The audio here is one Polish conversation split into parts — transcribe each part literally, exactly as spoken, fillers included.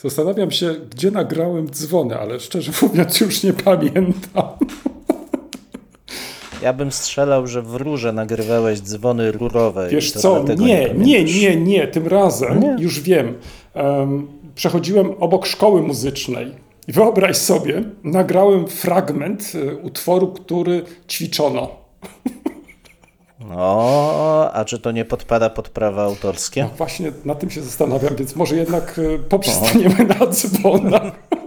Zastanawiam się, gdzie nagrałem dzwony, ale szczerze mówiąc już nie pamiętam. Ja bym strzelał, że w rurze nagrywałeś dzwony rurowe. Wiesz co, nie, nie, nie, nie, tym razem nie. Już wiem. Um, przechodziłem obok szkoły muzycznej i wyobraź sobie, nagrałem fragment utworu, który ćwiczono. No, a czy to nie podpada pod prawa autorskie? No właśnie nad tym się zastanawiam, więc może jednak poprzestaniemy o. na dzwonach.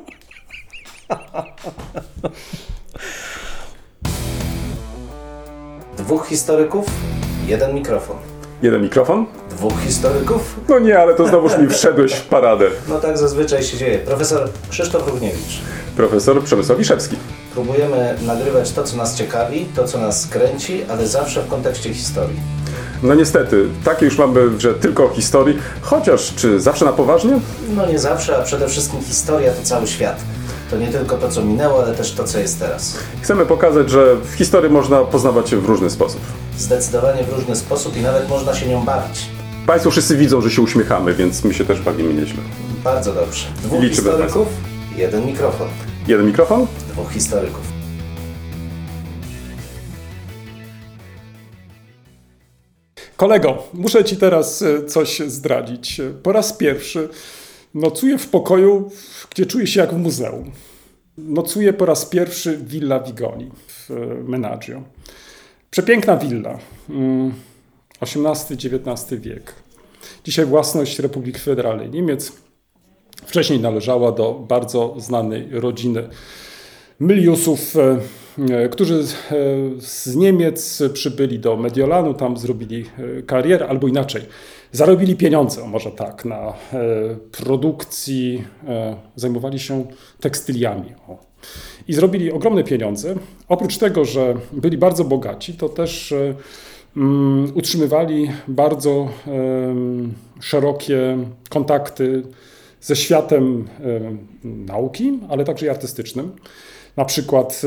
Dwóch historyków, jeden mikrofon. Jeden mikrofon? Dwóch historyków? No nie, ale to znowuż mi wszedłeś w paradę. No tak zazwyczaj się dzieje. Profesor Krzysztof Równiewicz. Profesor Przemysław Wiszewski. Próbujemy nagrywać to, co nas ciekawi, to, co nas kręci, ale zawsze w kontekście historii. No niestety, takie już mamy, że tylko o historii, chociaż czy zawsze na poważnie? No nie zawsze, a przede wszystkim historia to cały świat. To nie tylko to, co minęło, ale też to, co jest teraz. Chcemy pokazać, że w historii można poznawać się w różny sposób. Zdecydowanie w różny sposób i nawet można się nią bawić. Państwo wszyscy widzą, że się uśmiechamy, więc my się też bawimy nieźle. Bardzo dobrze. Dwóch Liczymy historyków, jeden mikrofon. Jeden mikrofon? Dwóch historyków. Kolego, muszę ci teraz coś zdradzić. Po raz pierwszy nocuję w pokoju, gdzie czuję się jak w muzeum. Nocuję po raz pierwszy w Villa Vigoni w Menaggio. Przepiękna willa. osiemnasty dziewiętnasty wiek. Dzisiaj własność Republiki Federalnej Niemiec. Wcześniej należała do bardzo znanej rodziny Myliusów, którzy z Niemiec przybyli do Mediolanu, tam zrobili karierę, albo inaczej, zarobili pieniądze, może tak, na produkcji, zajmowali się tekstyliami. O. I zrobili ogromne pieniądze. Oprócz tego, że byli bardzo bogaci, to też um, utrzymywali bardzo um, szerokie kontakty ze światem um, nauki, ale także i artystycznym. Na przykład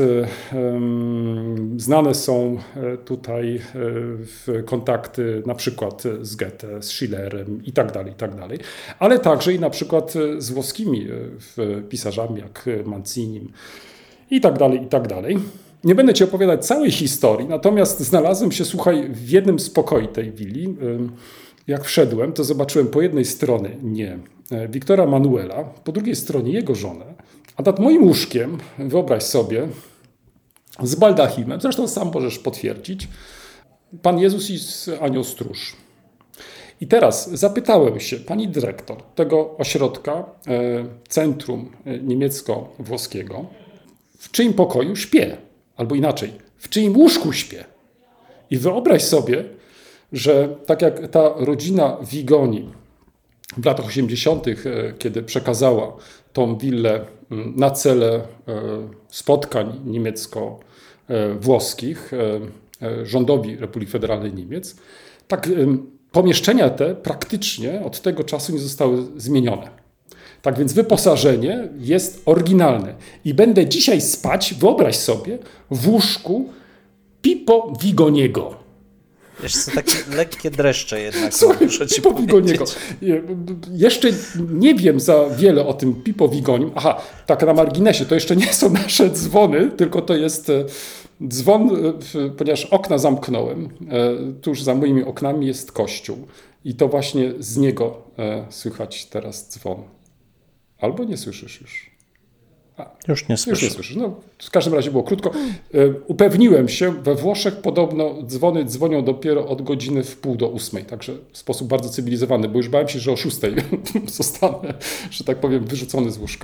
um, znane są tutaj um, kontakty na przykład z Goethe, z Schillerem i tak dalej, i tak dalej, ale także i na przykład z włoskimi um, pisarzami jak Mancinim i tak dalej, i tak dalej. Nie będę ci opowiadać całej historii, natomiast znalazłem się, słuchaj, w jednym z pokoi tej willi. Um, jak wszedłem, to zobaczyłem po jednej stronie nie Wiktora Manuela, po drugiej stronie jego żonę, a nad moim łóżkiem, wyobraź sobie, z baldachimem, zresztą sam możesz potwierdzić, Pan Jezus i Anioł Stróż. I teraz zapytałem się pani dyrektor tego ośrodka, centrum niemiecko-włoskiego, w czyim pokoju śpię, albo inaczej, w czyim łóżku śpię. I wyobraź sobie, że tak jak ta rodzina Vigoni w latach osiemdziesiątych, kiedy przekazała tą willę na cele spotkań niemiecko-włoskich rządowi Republiki Federalnej Niemiec, tak pomieszczenia te praktycznie od tego czasu nie zostały zmienione. Tak więc wyposażenie jest oryginalne. I będę dzisiaj spać, wyobraź sobie, w łóżku Pippo Vigoniego. Wiesz co, takie lekkie dreszcze jednak. Słuchaj, Pippo Vigoniego. Jeszcze nie wiem za wiele o tym Pippo Vigonim. Aha, tak na marginesie, to jeszcze nie są nasze dzwony, tylko to jest dzwon, ponieważ okna zamknąłem. Tuż za moimi oknami jest kościół. I to właśnie z niego słychać teraz dzwon. Albo nie słyszysz już. A, już nie słyszę. Już nie słyszysz. No, w każdym razie było krótko. Upewniłem się, we Włoszech podobno dzwony dzwonią dopiero od godziny w pół do ósmej, także w sposób bardzo cywilizowany, bo już bałem się, że o szóstej zostanę, że tak powiem, wyrzucony z łóżka.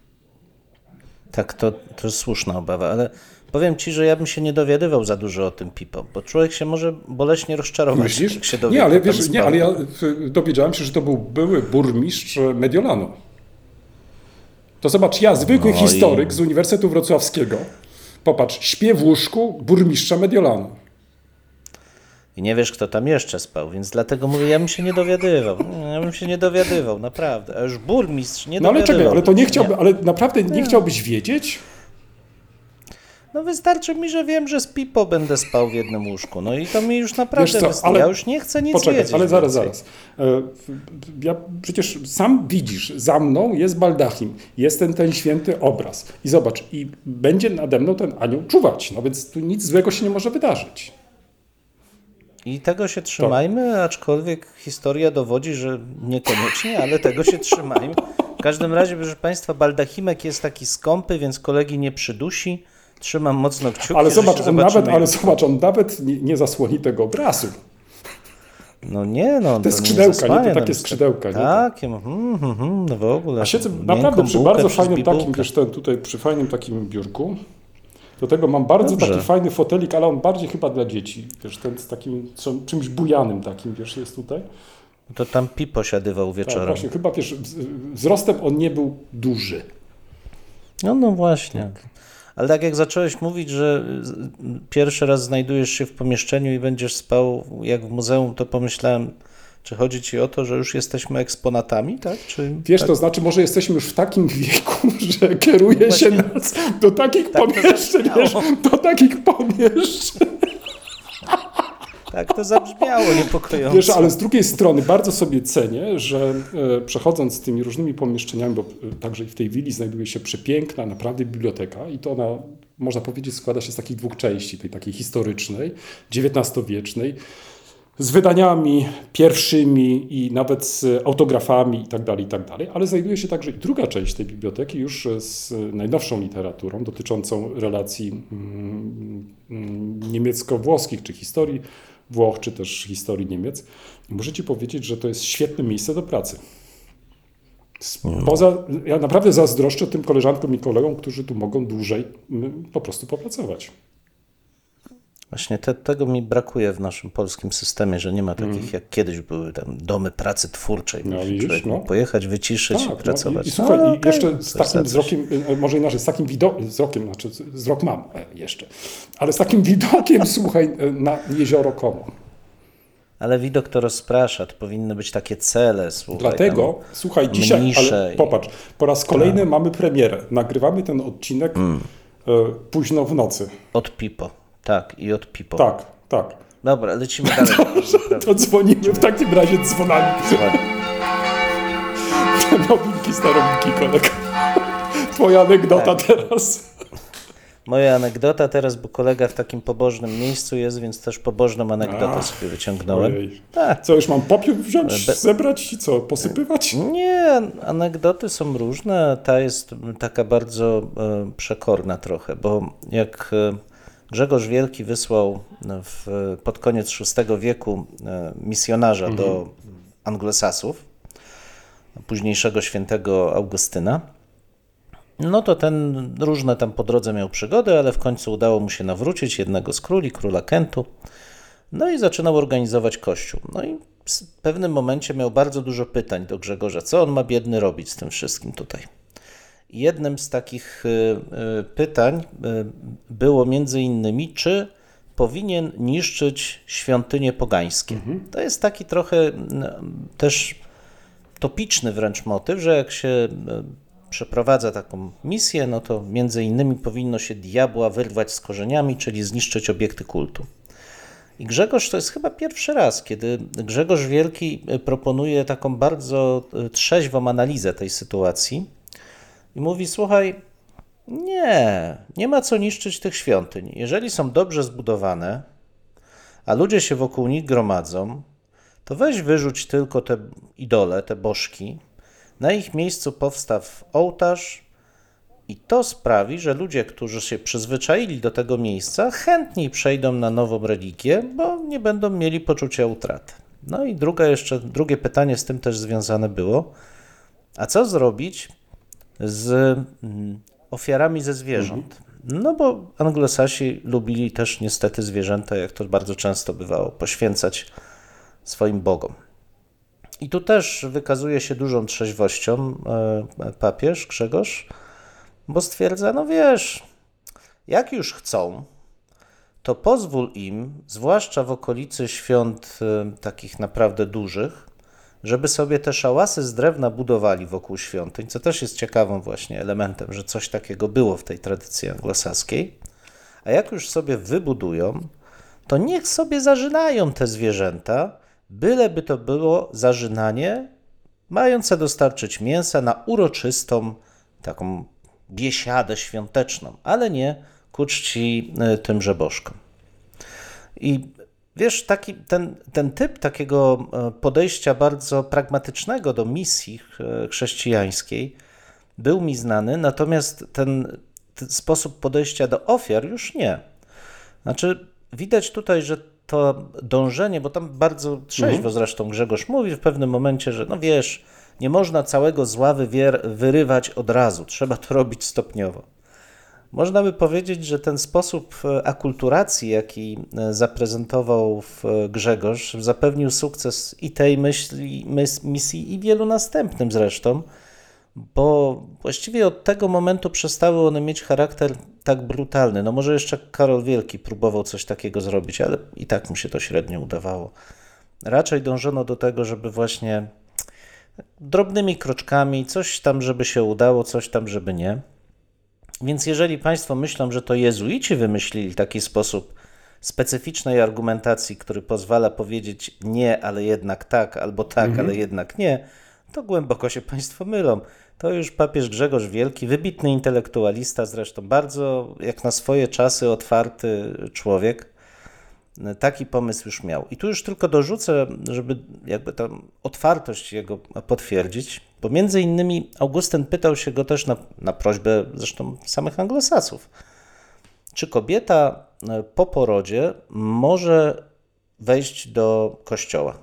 Tak, to, to jest słuszna obawa, ale powiem ci, że ja bym się nie dowiadywał za dużo o tym Pippo, bo człowiek się może boleśnie rozczarować. Myślisz? Jak się dowie, nie, ale wiesz, nie, ale ja dowiedziałem się, że to był były burmistrz Mediolanu. To zobacz, ja, zwykły no historyk i... z Uniwersytetu Wrocławskiego, popatrz, śpię w łóżku burmistrza Mediolanu. I nie wiesz, kto tam jeszcze spał, więc dlatego mówię, ja bym się nie dowiadywał. Ja bym się nie dowiadywał, naprawdę. A już burmistrz nie no dowiadywał. No ale czekaj, ale to nie chciałby, nie. ale naprawdę nie, nie chciałbyś wiedzieć? No wystarczy mi, że wiem, że z Pipo będę spał w jednym łóżku. No i to mi już naprawdę Wiesz co, wystarczy. Ja już nie chcę nic poczekaj, wiedzieć ale zaraz, więcej. zaraz. E, Ja przecież sam widzisz, za mną jest baldachim, jest ten, ten święty obraz. I zobacz, i będzie nade mną ten anioł czuwać, no więc tu nic złego się nie może wydarzyć. I tego się trzymajmy, aczkolwiek historia dowodzi, że niekoniecznie, ale tego się trzymajmy. W każdym razie, proszę Państwa, baldachimek jest taki skąpy, więc kolegi nie przydusi. Trzymam mocno kciuki, Ale że zobacz, się on nawet, zobaczymy ale jutro. zobacz, on nawet nie, nie zasłoni tego obrazu. No nie, no. Te to skrzydełka, nie? zasłania To takie nam skrzydełka, nie? Takie, mhm, mhm, no w ogóle. A siedzę Miękką naprawdę przy bułkę bardzo przez fajnym bibułkę. takim, wiesz, ten, tutaj przy fajnym takim biurku. Do tego mam bardzo Dobrze. taki fajny fotelik, ale on bardziej chyba dla dzieci. Wiesz, ten z takim czym- czymś bujanym takim, wiesz, jest tutaj. To tam Pipo siadywał Tak, wieczorem. właśnie, chyba wiesz, wz- wzrostem on nie był duży. No, no właśnie. Ale tak jak zacząłeś mówić, że z- pierwszy raz znajdujesz się w pomieszczeniu i będziesz spał jak w muzeum, to pomyślałem, czy chodzi ci o to, że już jesteśmy eksponatami, tak? Czy Wiesz, tak? to znaczy może jesteśmy już w takim wieku, że kieruje się Właśnie. nas do takich Tak to pomieszczeń, wiesz, zabrzmiało. do takich pomieszczeń. Tak to zabrzmiało niepokojąco. Wiesz, ale z drugiej strony bardzo sobie cenię, że e, przechodząc tymi różnymi pomieszczeniami, bo e, także i w tej willi znajduje się przepiękna naprawdę biblioteka i to ona, można powiedzieć, składa się z takich dwóch części, tej takiej historycznej, dziewiętnastowiecznej, z wydaniami pierwszymi i nawet z autografami i tak dalej, i tak dalej, ale znajduje się także i druga część tej biblioteki już z najnowszą literaturą dotyczącą relacji mm, mm, niemiecko-włoskich, czy historii Włoch, czy też historii Niemiec. I muszę Ci powiedzieć, że to jest świetne miejsce do pracy. Poza, ja naprawdę zazdroszczę tym koleżankom i kolegom, którzy tu mogą dłużej mm, po prostu popracować. Właśnie te, tego mi brakuje w naszym polskim systemie, że nie ma takich jak kiedyś były tam domy pracy twórczej. No, No, widzisz, człowiek no. mógł pojechać, wyciszyć Tak, i no pracować. i, i słuchaj, No, i okej, jeszcze z coś za takim coś. wzrokiem, e, może inaczej, z takim widokiem, wzrokiem, znaczy wzrok mam e, jeszcze, ale z takim widokiem, słuchaj, e, na jezioro Como. Ale widok to rozprasza, to powinny być takie cele, słuchaj. Dlatego, tam słuchaj, dzisiaj, mniejsze ale i- popatrz, po raz kolejny mamy premierę. Nagrywamy ten odcinek e, późno w nocy. Od Pipo, tak, i od Pipo. Tak, tak. Dobra, lecimy dalej. To dzwonimy w takim razie dzwonami. Nowinki, starowinki, kolega. Twoja anegdota Tak. teraz. Moja anegdota teraz, bo kolega w takim pobożnym miejscu jest, więc też pobożną anegdotę Ach, sobie wyciągnąłem. Ojej. Tak. Co, już mam popiół wziąć, Be- zebrać i co, posypywać? Nie, anegdoty są różne. Ta jest taka bardzo e, przekorna trochę, bo jak e, Grzegorz Wielki wysłał w, pod koniec szóstego wieku e, misjonarza do Anglosasów, późniejszego świętego Augustyna, no to ten różne tam po drodze miał przygody, ale w końcu udało mu się nawrócić jednego z króli, króla Kentu. No i zaczynał organizować kościół. No i w pewnym momencie miał bardzo dużo pytań do Grzegorza, co on ma biedny robić z tym wszystkim tutaj. I jednym z takich y, y, pytań y, było między innymi, czy powinien niszczyć świątynie pogańskie. To jest taki trochę y, też topiczny wręcz motyw, że jak się y, przeprowadza taką misję, no to między innymi powinno się diabła wyrwać z korzeniami, czyli zniszczyć obiekty kultu. I Grzegorz to jest chyba pierwszy raz, kiedy Grzegorz Wielki proponuje taką bardzo trzeźwą analizę tej sytuacji i mówi, słuchaj, nie, nie ma co niszczyć tych świątyń. Jeżeli są dobrze zbudowane, a ludzie się wokół nich gromadzą, to weź wyrzuć tylko te idole, te bożki, na ich miejscu powstaw ołtarz i to sprawi, że ludzie, którzy się przyzwyczaili do tego miejsca, chętniej przejdą na nową religię, bo nie będą mieli poczucia utraty. No i druga jeszcze, drugie pytanie z tym też związane było, a co zrobić z mm, ofiarami ze zwierząt? No bo Anglosasi lubili też niestety zwierzęta, jak to bardzo często bywało, poświęcać swoim bogom. I tu też wykazuje się dużą trzeźwością e, papież Grzegorz, bo stwierdza, no wiesz, jak już chcą, to pozwól im, zwłaszcza w okolicy świąt e, takich naprawdę dużych, żeby sobie te szałasy z drewna budowali wokół świątyń, co też jest ciekawym właśnie elementem, że coś takiego było w tej tradycji anglosaskiej. A jak już sobie wybudują, to niech sobie zażynają te zwierzęta, byleby to było zażynanie mające dostarczyć mięsa na uroczystą taką biesiadę świąteczną, ale nie ku czci tymże bożkom. I wiesz, taki, ten, ten typ takiego podejścia bardzo pragmatycznego do misji chrześcijańskiej był mi znany, natomiast ten, ten sposób podejścia do ofiar już nie. Znaczy, widać tutaj, że to dążenie, bo tam bardzo trzeźwo mhm. zresztą Grzegorz mówi w pewnym momencie, że no wiesz, nie można całego zła wywier- wyrywać od razu, trzeba to robić stopniowo. Można by powiedzieć, że ten sposób akulturacji, jaki zaprezentował Grzegorz, zapewnił sukces i tej myśli, misji, i wielu następnym zresztą, bo właściwie od tego momentu przestały one mieć charakter tak brutalny. No może jeszcze Karol Wielki próbował coś takiego zrobić, ale i tak mu się to średnio udawało. Raczej dążono do tego, żeby właśnie drobnymi kroczkami, coś tam, żeby się udało, coś tam, żeby nie. Więc jeżeli Państwo myślą, że to jezuici wymyślili taki sposób specyficznej argumentacji, który pozwala powiedzieć nie, ale jednak tak, albo tak, mhm. ale jednak nie, to głęboko się Państwo mylą. To już papież Grzegorz Wielki, wybitny intelektualista, zresztą bardzo, jak na swoje czasy, otwarty człowiek, taki pomysł już miał. I tu już tylko dorzucę, żeby jakby tę otwartość jego potwierdzić, bo między innymi Augustyn pytał się go też na, na prośbę zresztą samych anglosasów, czy kobieta po porodzie może wejść do kościoła.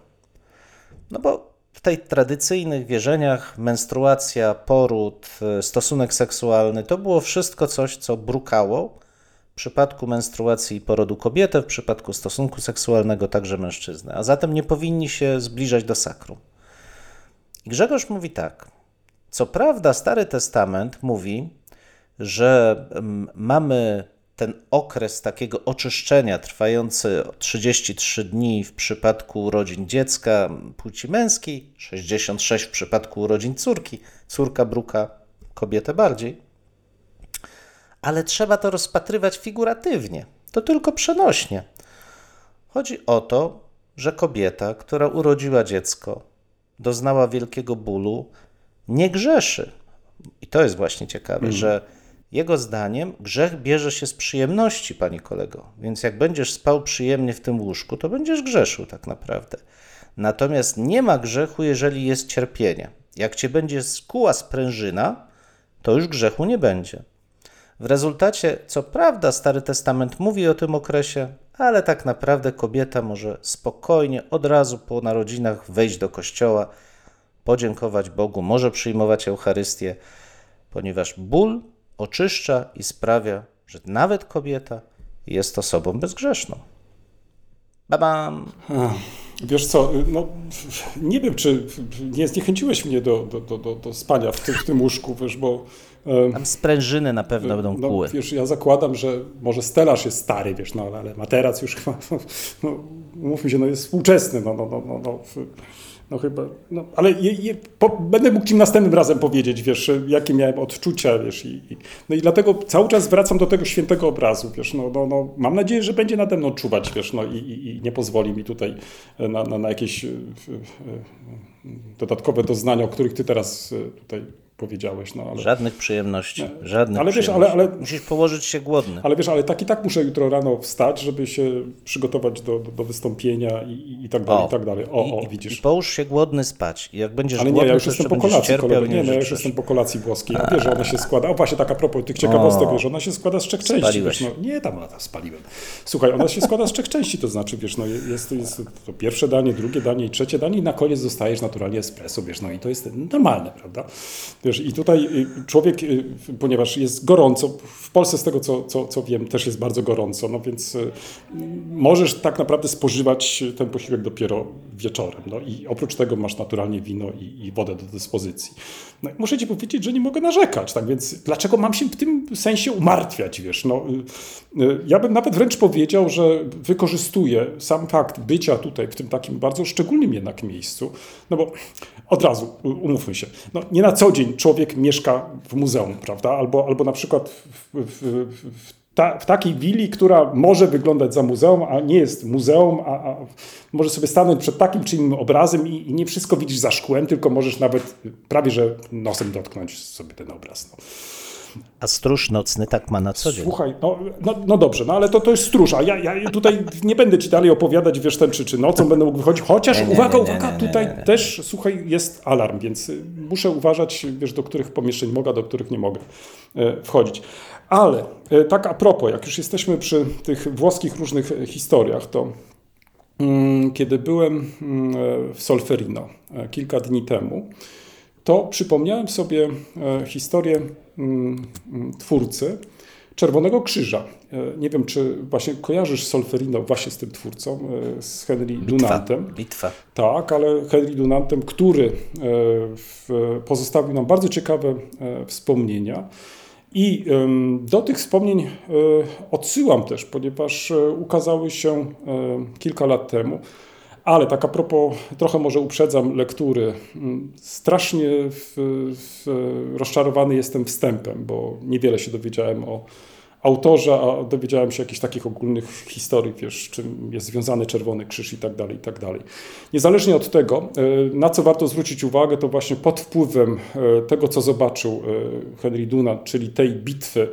No bo w tej tradycyjnych wierzeniach menstruacja, poród, stosunek seksualny to było wszystko coś, co brukało w przypadku menstruacji i porodu kobietę, w przypadku stosunku seksualnego także mężczyznę, a zatem nie powinni się zbliżać do sakrum. I Grzegorz mówi tak, co prawda Stary Testament mówi, że mamy ten okres takiego oczyszczenia trwający trzydzieści trzy dni w przypadku urodzin dziecka płci męskiej, sześćdziesiąt sześć w przypadku urodzin córki, córka bruka kobietę bardziej, ale trzeba to rozpatrywać figuratywnie, to tylko przenośnie. Chodzi o to, że kobieta, która urodziła dziecko, doznała wielkiego bólu, nie grzeszy. I to jest właśnie ciekawe, mm. że jego zdaniem grzech bierze się z przyjemności, panie kolego. Więc jak będziesz spał przyjemnie w tym łóżku, to będziesz grzeszył tak naprawdę. Natomiast nie ma grzechu, jeżeli jest cierpienie. Jak cię będzie skuła sprężyna, to już grzechu nie będzie. W rezultacie, co prawda, Stary Testament mówi o tym okresie, ale tak naprawdę kobieta może spokojnie od razu po narodzinach wejść do kościoła, podziękować Bogu, może przyjmować Eucharystię, ponieważ ból oczyszcza i sprawia, że nawet kobieta jest osobą bezgrzeszną. Babam! Wiesz co, no, nie wiem, czy nie zniechęciłeś mnie do, do, do, do, do spania w tym, w tym łóżku, wiesz, bo... Tam sprężyny na pewno będą no, kłuły. Wiesz, ja zakładam, że może stelaż jest stary, wiesz, no, ale materac już chyba, no, no, mówmy się, no, jest współczesny, no, no, no, no, no. No chyba, no, ale je, je, po, będę mógł ci następnym razem powiedzieć, wiesz, jakie miałem odczucia, wiesz, i, i, no i dlatego cały czas wracam do tego świętego obrazu, wiesz, no, no, no mam nadzieję, że będzie nade mną czuwać, wiesz, no i, i, i nie pozwoli mi tutaj na, na, na jakieś y, y, y, dodatkowe doznania, o których ty teraz y, tutaj powiedziałeś. No, ale... Żadnych przyjemności, nie. żadnych ale przyjemności. Wiesz, ale, ale... Musisz położyć się głodny. Ale wiesz, ale tak i tak muszę jutro rano wstać, żeby się przygotować do, do, do wystąpienia i, i tak dalej, o, i tak dalej. O, i, o, widzisz. I połóż się głodny spać. I jak będziesz ale nie, głodny, ja już to jestem jeszcze po kolacji, kolego. Nie, no, ja już życzesz. jestem po kolacji włoskiej. A wiesz, że ona się składa... O właśnie, tak a propos tych ciekawostek, wiesz, ona się składa z trzech części. Wiesz, no, nie, tam, tam spaliłem. Słuchaj, ona się składa z trzech części, to znaczy, wiesz, no jest, jest to pierwsze danie, drugie danie i trzecie danie i na koniec dostajesz naturalnie espresso, wiesz, no i to jest normalne, prawda? Wiesz, i tutaj człowiek, ponieważ jest gorąco, w Polsce z tego, co, co, co wiem, też jest bardzo gorąco, no więc możesz tak naprawdę spożywać ten posiłek dopiero wieczorem, no i oprócz tego masz naturalnie wino i, i wodę do dyspozycji. No, muszę ci powiedzieć, że nie mogę narzekać, tak więc dlaczego mam się w tym sensie umartwiać, wiesz, no ja bym nawet wręcz powiedział, że wykorzystuję sam fakt bycia tutaj w tym takim bardzo szczególnym jednak miejscu, no bo od razu umówmy się, no nie na co dzień człowiek mieszka w muzeum, prawda, albo, albo na przykład w, w, w ta, w takiej willi, która może wyglądać za muzeum, a nie jest muzeum, a, a może sobie stanąć przed takim czy innym obrazem i, i nie wszystko widzisz za szkłem, tylko możesz nawet prawie że nosem dotknąć sobie ten obraz. No. A stróż nocny tak ma na co dzień. Słuchaj, no, no, no dobrze, no ale to, to jest stróż, a ja, ja tutaj nie będę ci dalej opowiadać, wiesz, ten, czy, czy nocą będę mógł wychodzić, chociaż Nie, nie, uwaga, nie, nie, uwaga, nie, nie, tutaj nie, nie. też, słuchaj, jest alarm, więc muszę uważać, wiesz, do których pomieszczeń mogę, do których nie mogę e, wchodzić. Ale e, tak a propos, jak już jesteśmy przy tych włoskich różnych historiach, to mm, kiedy byłem mm, w Solferino e, kilka dni temu, to przypomniałem sobie e, historię mm, twórcy Czerwonego Krzyża. E, nie wiem, czy właśnie kojarzysz Solferino właśnie z tym twórcą, e, z Henry Bitwa, Dunantem. bitwa. Tak, ale Henry Dunantem, który e, w, pozostawił nam bardzo ciekawe e, wspomnienia. I em, do tych wspomnień e, odsyłam też, ponieważ e, ukazały się e, kilka lat temu. Ale tak a propos, trochę może uprzedzam lektury. Strasznie w, w, rozczarowany jestem wstępem, bo niewiele się dowiedziałem o autorze, a dowiedziałem się jakichś takich ogólnych historii, wiesz, czym jest związany Czerwony Krzyż i tak dalej, i tak dalej. Niezależnie od tego, na co warto zwrócić uwagę, to właśnie pod wpływem tego, co zobaczył Henry Dunant, czyli tej bitwy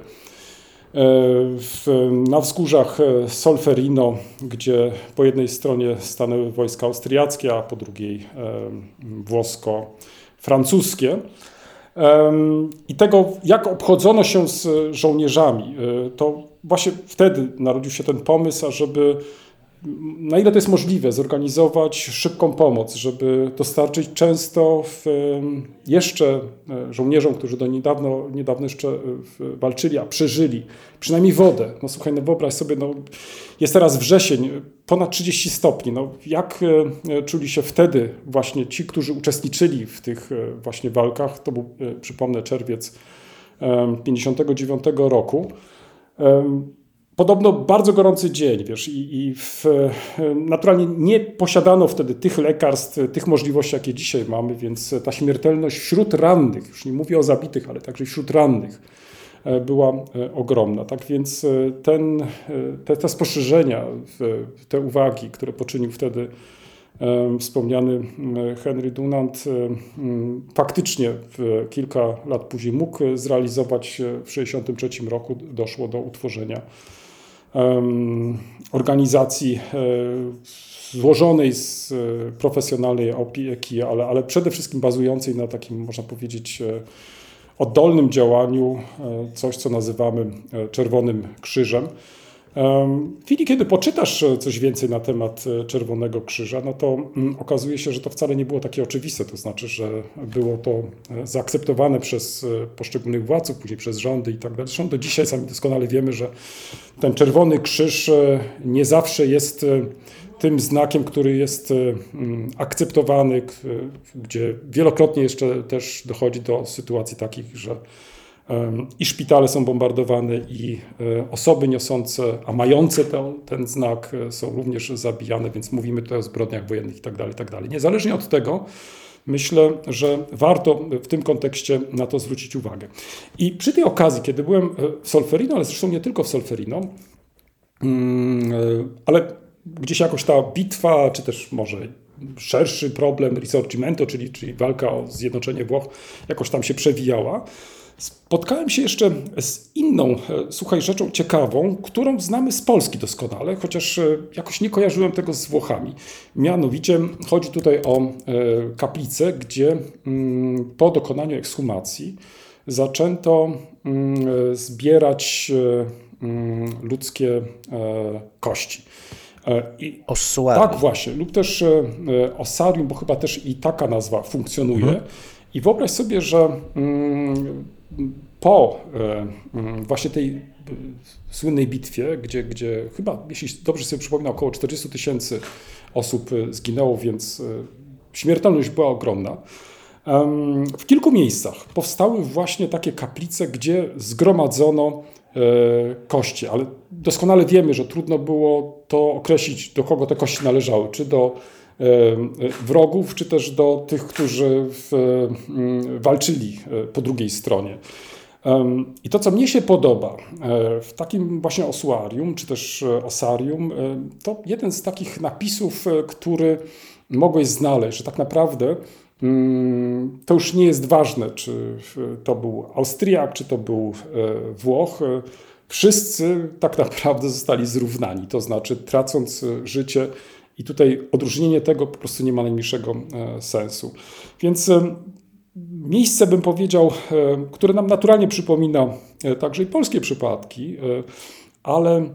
W, na wzgórzach Solferino, gdzie po jednej stronie stanęły wojska austriackie, a po drugiej włosko-francuskie. I tego, jak obchodzono się z żołnierzami, to właśnie wtedy narodził się ten pomysł, ażeby na ile to jest możliwe, zorganizować szybką pomoc, żeby dostarczyć często w, jeszcze żołnierzom, którzy do niedawno, niedawno jeszcze walczyli, a przeżyli, przynajmniej wodę. No słuchaj, no wyobraź sobie, no, jest teraz wrzesień, ponad trzydzieści stopni. No, jak czuli się wtedy właśnie ci, którzy uczestniczyli w tych właśnie walkach? To był, przypomnę, czerwiec pięćdziesiątego dziewiątego roku. Podobno bardzo gorący dzień, wiesz, i, i w, naturalnie nie posiadano wtedy tych lekarstw, tych możliwości, jakie dzisiaj mamy, więc ta śmiertelność wśród rannych, już nie mówię o zabitych, ale także wśród rannych, była ogromna. Tak więc ten, te, te spostrzeżenia, te uwagi, które poczynił wtedy wspomniany Henry Dunant, faktycznie w kilka lat później mógł zrealizować. W tysiąc dziewięćset sześćdziesiątym trzecim roku doszło do utworzenia organizacji złożonej z profesjonalnej opieki, ale, ale przede wszystkim bazującej na takim, można powiedzieć, oddolnym działaniu, coś co nazywamy Czerwonym Krzyżem. W chwili, kiedy poczytasz coś więcej na temat Czerwonego Krzyża, no to okazuje się, że to wcale nie było takie oczywiste, to znaczy, że było to zaakceptowane przez poszczególnych władców, później przez rządy i tak dalej. Zresztą do dzisiaj sami doskonale wiemy, że ten Czerwony Krzyż nie zawsze jest tym znakiem, który jest akceptowany, gdzie wielokrotnie jeszcze też dochodzi do sytuacji takich, że i szpitale są bombardowane, i osoby niosące, a mające ten, ten znak są również zabijane, więc mówimy tutaj o zbrodniach wojennych i tak dalej, i tak dalej. Niezależnie od tego, myślę, że warto w tym kontekście na to zwrócić uwagę. I przy tej okazji, kiedy byłem w Solferino, ale zresztą nie tylko w Solferino, ale gdzieś jakoś ta bitwa, czy też może szerszy problem Risorgimento, czyli, czyli walka o zjednoczenie Włoch, jakoś tam się przewijała, spotkałem się jeszcze z inną, słuchaj, rzeczą ciekawą, którą znamy z Polski doskonale, chociaż jakoś nie kojarzyłem tego z Włochami. Mianowicie chodzi tutaj o kaplicę, gdzie po dokonaniu ekshumacji zaczęto zbierać ludzkie kości. I, Ossuarium. Tak, właśnie, lub też ossarium, bo chyba też i taka nazwa funkcjonuje. Mhm. I wyobraź sobie, że po właśnie tej słynnej bitwie, gdzie, gdzie chyba, jeśli dobrze sobie przypominam, około czterdzieści tysięcy osób zginęło, więc śmiertelność była ogromna. W kilku miejscach powstały właśnie takie kaplice, gdzie zgromadzono kości, ale doskonale wiemy, że trudno było to określić, do kogo te kości należały, czy do wrogów, czy też do tych, którzy w, walczyli po drugiej stronie. I to, co mnie się podoba w takim właśnie osuarium, czy też osarium, to jeden z takich napisów, który mogłeś znaleźć, że tak naprawdę to już nie jest ważne, czy to był Austriak, czy to był Włoch. Wszyscy tak naprawdę zostali zrównani, to znaczy tracąc życie i tutaj odróżnienie tego po prostu nie ma najmniejszego sensu. Więc miejsce, bym powiedział, które nam naturalnie przypomina także i polskie przypadki, ale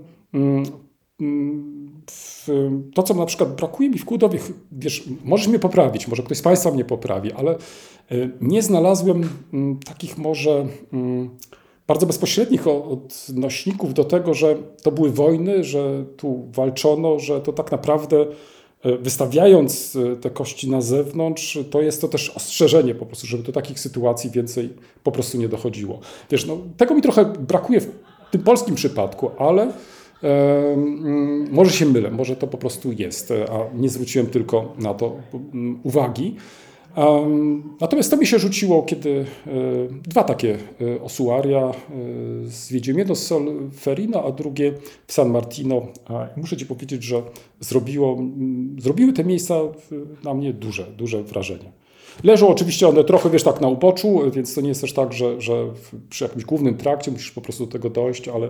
to, co na przykład brakuje mi w Kłudowie, wiesz, możesz mnie poprawić, może ktoś z Państwa mnie poprawi, ale nie znalazłem takich może bardzo bezpośrednich odnośników do tego, że to były wojny, że tu walczono, że to tak naprawdę wystawiając te kości na zewnątrz, to jest to też ostrzeżenie po prostu, żeby do takich sytuacji więcej po prostu nie dochodziło. Wiesz, no, tego mi trochę brakuje w tym polskim przypadku, ale e, może się mylę, może to po prostu jest, a nie zwróciłem tylko na to uwagi. Natomiast to mi się rzuciło, kiedy dwa takie osuaria zwiedziłem. Jedno z Solferino, a drugie w San Martino. Muszę Ci powiedzieć, że zrobiło, zrobiły te miejsca na mnie duże, duże wrażenie. Leżą oczywiście one trochę, wiesz, tak na uboczu, więc to nie jest też tak, że, że przy jakimś głównym trakcie musisz po prostu do tego dojść, ale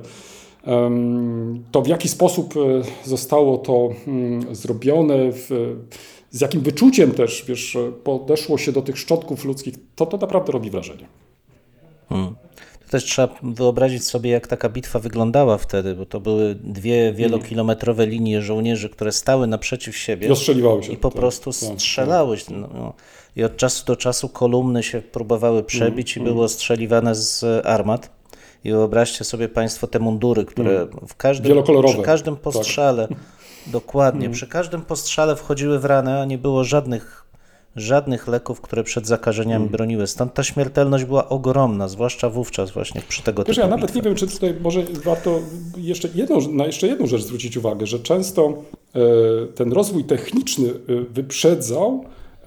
to w jaki sposób zostało to zrobione, w, z jakim wyczuciem też, wiesz, podeszło się do tych szczątków ludzkich, to to naprawdę robi wrażenie. Hmm. To też trzeba wyobrazić sobie, jak taka bitwa wyglądała wtedy, bo to były dwie wielokilometrowe linie żołnierzy, które stały naprzeciw siebie i ostrzeliwały się. I po tak, prostu strzelały. Tak, tak. No, no. I od czasu do czasu kolumny się próbowały przebić mm, i były ostrzeliwane z armat. I wyobraźcie sobie Państwo te mundury, które w każdym, przy każdym postrzale, tak. dokładnie, mm. przy każdym postrzale wchodziły w ranę, a nie było żadnych, żadnych leków, które przed zakażeniami mm. broniły. Stąd ta śmiertelność była ogromna, zwłaszcza wówczas właśnie przy tego Wiesz, typu ja nawet bitwach. nie wiem, czy tutaj może warto jeszcze jedną, na jeszcze jedną rzecz zwrócić uwagę, że często e, ten rozwój techniczny wyprzedzał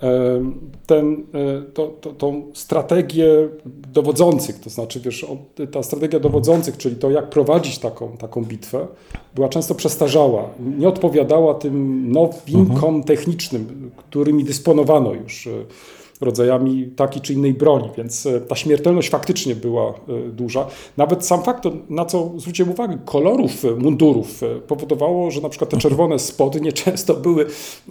ten, to, to, tą strategię dowodzących, to znaczy wiesz, ta strategia dowodzących, czyli to jak prowadzić taką, taką bitwę, była często przestarzała, nie odpowiadała tym nowinkom mhm. technicznym, którymi dysponowano już rodzajami takiej czy innej broni, więc ta śmiertelność faktycznie była duża. Nawet sam fakt, na co zwróciłem uwagę, kolorów mundurów powodowało, że na przykład te czerwone spodnie często były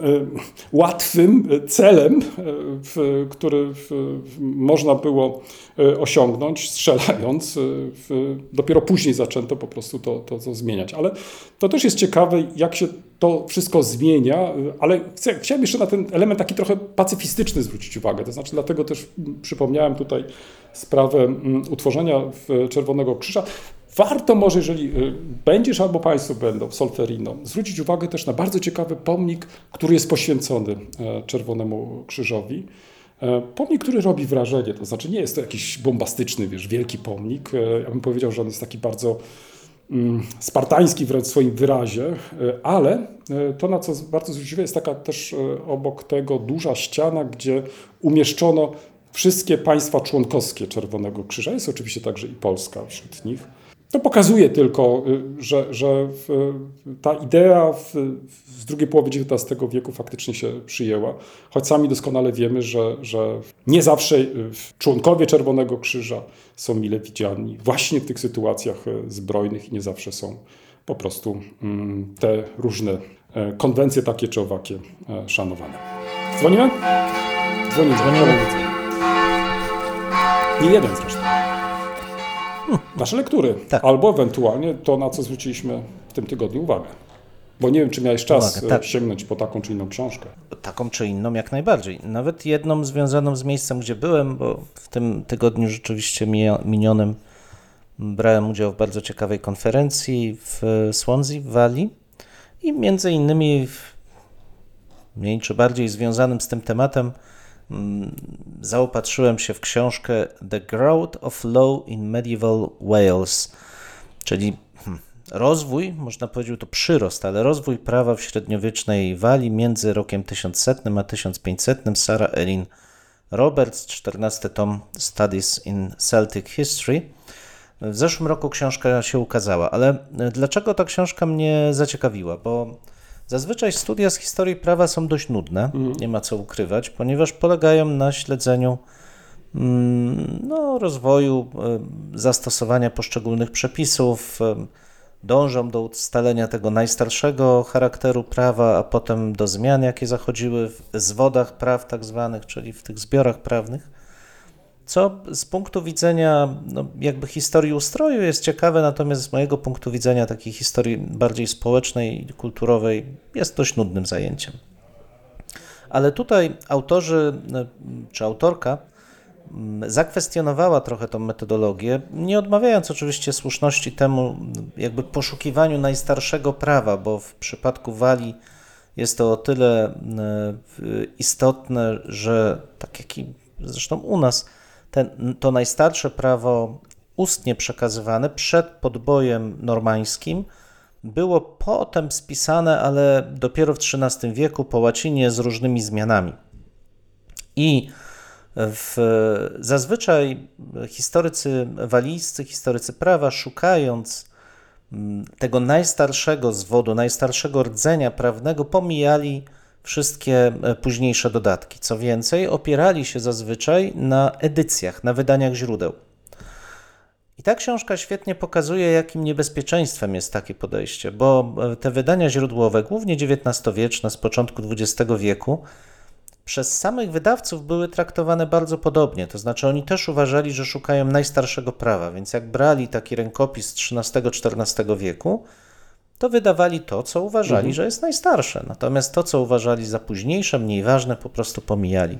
łatwym celem, który można było osiągnąć strzelając. Dopiero później zaczęto po prostu to, to, to zmieniać. Ale to też jest ciekawe, jak się to wszystko zmienia, ale chcę, chciałem jeszcze na ten element taki trochę pacyfistyczny zwrócić uwagę. To znaczy dlatego też przypomniałem tutaj sprawę utworzenia Czerwonego Krzyża. Warto może, jeżeli będziesz albo Państwo będą w Solferino, zwrócić uwagę też na bardzo ciekawy pomnik, który jest poświęcony Czerwonemu Krzyżowi. Pomnik, który robi wrażenie, to znaczy nie jest to jakiś bombastyczny, wiesz, wielki pomnik. Ja bym powiedział, że on jest taki bardzo spartański wręcz w swoim wyrazie, ale to, na co bardzo zwróciłem, jest taka też obok tego duża ściana, gdzie umieszczono wszystkie państwa członkowskie Czerwonego Krzyża. Jest oczywiście także i Polska wśród nich. To pokazuje tylko, że, że ta idea w, z drugiej połowy dziewiętnastego wieku faktycznie się przyjęła, choć sami doskonale wiemy, że, że nie zawsze członkowie Czerwonego Krzyża są mile widziani właśnie w tych sytuacjach zbrojnych i nie zawsze są po prostu te różne konwencje takie czy owakie szanowane. Dzwonimy? Dzwonimy. Dzwonimy. Nie jeden zresztą. Nasze lektury, tak. Albo ewentualnie to, na co zwróciliśmy w tym tygodniu uwagę. Bo nie wiem, czy miałeś czas uwagę, tak. sięgnąć po taką czy inną książkę. Taką czy inną, jak najbardziej. Nawet jedną związaną z miejscem, gdzie byłem, bo w tym tygodniu rzeczywiście minionym brałem udział w bardzo ciekawej konferencji w Swansea w Walii i między innymi w mniej czy bardziej związanym z tym tematem zaopatrzyłem się w książkę The Growth of Law in Medieval Wales, czyli rozwój, można powiedzieć to przyrost, ale rozwój prawa w średniowiecznej Walii między rokiem tysiącsetnym a tysiąc pięćsetnym. Sarah Elin Roberts, czternasty tom Studies in Celtic History. W zeszłym roku książka się ukazała, ale dlaczego ta książka mnie zaciekawiła? Bo zazwyczaj studia z historii prawa są dość nudne, nie ma co ukrywać, ponieważ polegają na śledzeniu no, rozwoju, zastosowania poszczególnych przepisów, dążą do ustalenia tego najstarszego charakteru prawa, a potem do zmian, jakie zachodziły w zwodach praw tak zwanych, czyli w tych zbiorach prawnych, co z punktu widzenia no, jakby historii ustroju jest ciekawe, natomiast z mojego punktu widzenia takiej historii bardziej społecznej i kulturowej jest dość nudnym zajęciem. Ale tutaj autorzy, czy autorka zakwestionowała trochę tą metodologię, nie odmawiając oczywiście słuszności temu jakby poszukiwaniu najstarszego prawa, bo w przypadku Walii jest to o tyle istotne, że tak jak i zresztą u nas, ten, to najstarsze prawo ustnie przekazywane przed podbojem normańskim było potem spisane, ale dopiero w trzynastym wieku po łacinie z różnymi zmianami. I w, zazwyczaj historycy walijscy, historycy prawa, szukając tego najstarszego zwodu, najstarszego rdzenia prawnego, pomijali wszystkie późniejsze dodatki. Co więcej, opierali się zazwyczaj na edycjach, na wydaniach źródeł. I ta książka świetnie pokazuje, jakim niebezpieczeństwem jest takie podejście, bo te wydania źródłowe, głównie dziewiętnastowieczne, z początku dwudziestego wieku, przez samych wydawców były traktowane bardzo podobnie, to znaczy oni też uważali, że szukają najstarszego prawa, więc jak brali taki rękopis z trzynastego czternastego wieku, to wydawali to, co uważali, mhm. że jest najstarsze, natomiast to, co uważali za późniejsze, mniej ważne, po prostu pomijali.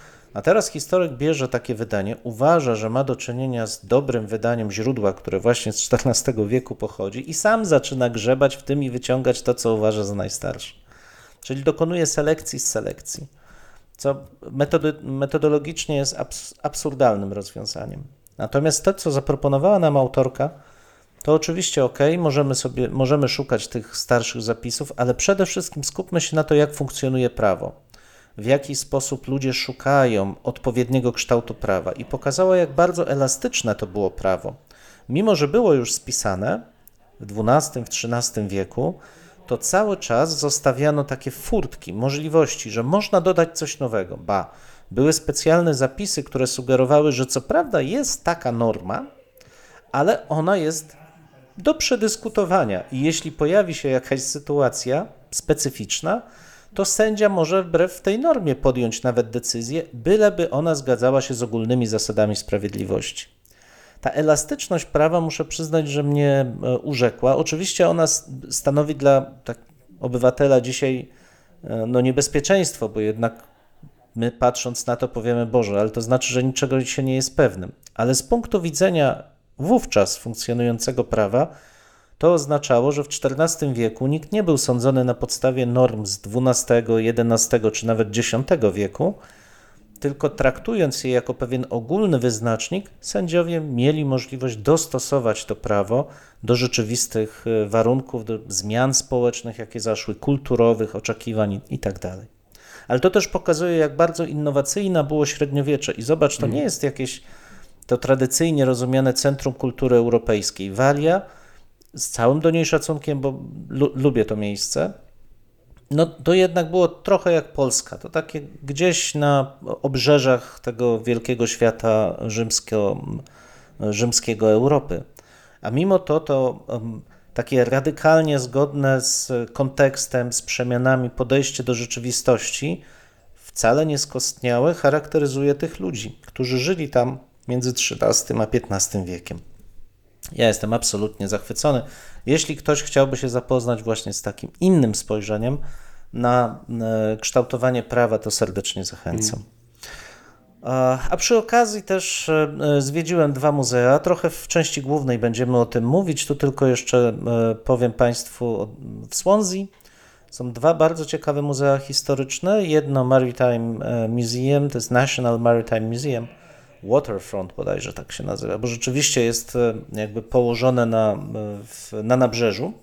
A teraz historyk bierze takie wydanie, uważa, że ma do czynienia z dobrym wydaniem źródła, które właśnie z czternastego wieku pochodzi i sam zaczyna grzebać w tym i wyciągać to, co uważa za najstarsze. Czyli dokonuje selekcji z selekcji, co metody, metodologicznie jest abs, absurdalnym rozwiązaniem. Natomiast to, co zaproponowała nam autorka, to oczywiście ok, możemy sobie, możemy szukać tych starszych zapisów, ale przede wszystkim skupmy się na to, jak funkcjonuje prawo, w jaki sposób ludzie szukają odpowiedniego kształtu prawa i pokazała, jak bardzo elastyczne to było prawo. Mimo że było już spisane w dwunastym, w trzynastym wieku, to cały czas zostawiano takie furtki, możliwości, że można dodać coś nowego. Ba, były specjalne zapisy, które sugerowały, że co prawda jest taka norma, ale ona jest do przedyskutowania i jeśli pojawi się jakaś sytuacja specyficzna, to sędzia może wbrew tej normie podjąć nawet decyzję, byleby ona zgadzała się z ogólnymi zasadami sprawiedliwości. Ta elastyczność prawa, muszę przyznać, że mnie urzekła. Oczywiście ona stanowi dla tak, obywatela dzisiaj no, niebezpieczeństwo, bo jednak my patrząc na to powiemy, Boże, ale to znaczy, że niczego się nie jest pewnym. Ale z punktu widzenia wówczas funkcjonującego prawa, to oznaczało, że w czternastym wieku nikt nie był sądzony na podstawie norm z dwunastego, jedenastego czy nawet dziesiątego wieku, tylko traktując je jako pewien ogólny wyznacznik, sędziowie mieli możliwość dostosować to prawo do rzeczywistych warunków, do zmian społecznych, jakie zaszły, kulturowych, oczekiwań itd. Ale to też pokazuje, jak bardzo innowacyjne było średniowiecze. I zobacz, to nie jest jakieś to tradycyjnie rozumiane centrum kultury europejskiej. Walia, z całym do niej szacunkiem, bo lu- lubię to miejsce, no to jednak było trochę jak Polska, to takie gdzieś na obrzeżach tego wielkiego świata rzymskiego, rzymskiego Europy. A mimo to to um, takie radykalnie zgodne z kontekstem, z przemianami podejście do rzeczywistości, wcale nie skostniałe, charakteryzuje tych ludzi, którzy żyli tam między trzynastym a piętnastym wiekiem. Ja jestem absolutnie zachwycony. Jeśli ktoś chciałby się zapoznać właśnie z takim innym spojrzeniem na kształtowanie prawa, to serdecznie zachęcam. A przy okazji też zwiedziłem dwa muzea. Trochę w części głównej będziemy o tym mówić. Tu tylko jeszcze powiem Państwu w Swansea. Są dwa bardzo ciekawe muzea historyczne. Jedno Maritime Museum, to jest National Maritime Museum, Waterfront bodajże tak się nazywa, bo rzeczywiście jest jakby położone na, na nabrzeżu.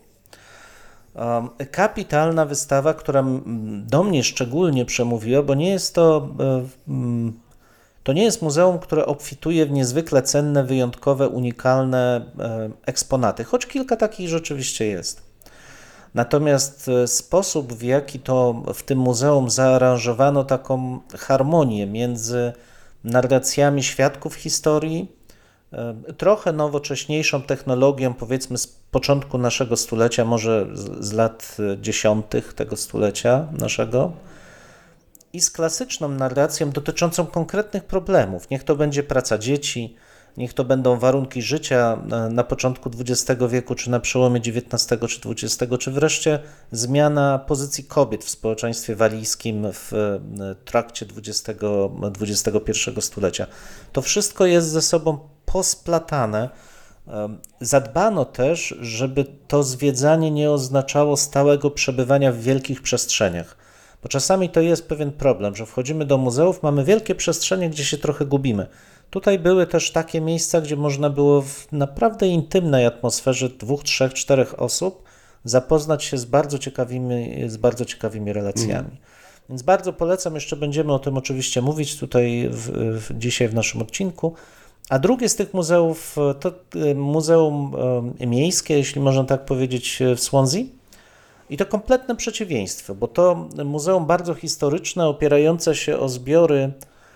Kapitalna wystawa, która do mnie szczególnie przemówiła, bo nie jest to, To nie jest muzeum, które obfituje w niezwykle cenne, wyjątkowe, unikalne eksponaty, choć kilka takich rzeczywiście jest. Natomiast sposób, w jaki to w tym muzeum zaaranżowano taką harmonię między narracjami świadków historii, trochę nowocześniejszą technologią, powiedzmy z początku naszego stulecia, może z lat dziesiątych tego stulecia naszego, i z klasyczną narracją dotyczącą konkretnych problemów. Niech to będzie praca dzieci, niech to będą warunki życia na początku dwudziestego wieku, czy na przełomie dziewiętnastego czy dwudziestego, czy wreszcie zmiana pozycji kobiet w społeczeństwie walijskim w trakcie dwudziestego, dwudziestego pierwszego stulecia. To wszystko jest ze sobą posplatane. Zadbano też, żeby to zwiedzanie nie oznaczało stałego przebywania w wielkich przestrzeniach. Bo czasami to jest pewien problem, że wchodzimy do muzeów, mamy wielkie przestrzenie, gdzie się trochę gubimy. Tutaj były też takie miejsca, gdzie można było w naprawdę intymnej atmosferze dwóch, trzech, czterech osób zapoznać się z bardzo ciekawymi, z bardzo ciekawymi relacjami. Mm. Więc bardzo polecam, jeszcze będziemy o tym oczywiście mówić tutaj w, w, dzisiaj w naszym odcinku. A drugie z tych muzeów to Muzeum Miejskie, jeśli można tak powiedzieć, w Swansea. I to kompletne przeciwieństwo, bo to muzeum bardzo historyczne, opierające się o zbiory,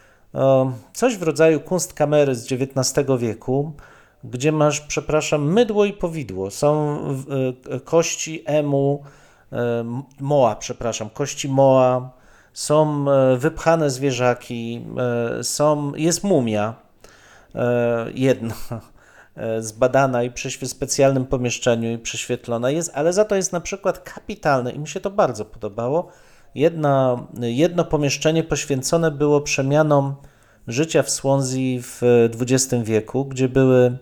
coś w rodzaju kunstkamery z dziewiętnastego wieku, gdzie masz, przepraszam, mydło i powidło. Są kości emu, moa, przepraszam, kości moa, są wypchane zwierzaki, są, jest mumia jedna, zbadana i w specjalnym pomieszczeniu i prześwietlona jest, ale za to jest na przykład kapitalne i mi się to bardzo podobało. Jedna, jedno pomieszczenie poświęcone było przemianom życia w Swansea w dwudziestym wieku, gdzie były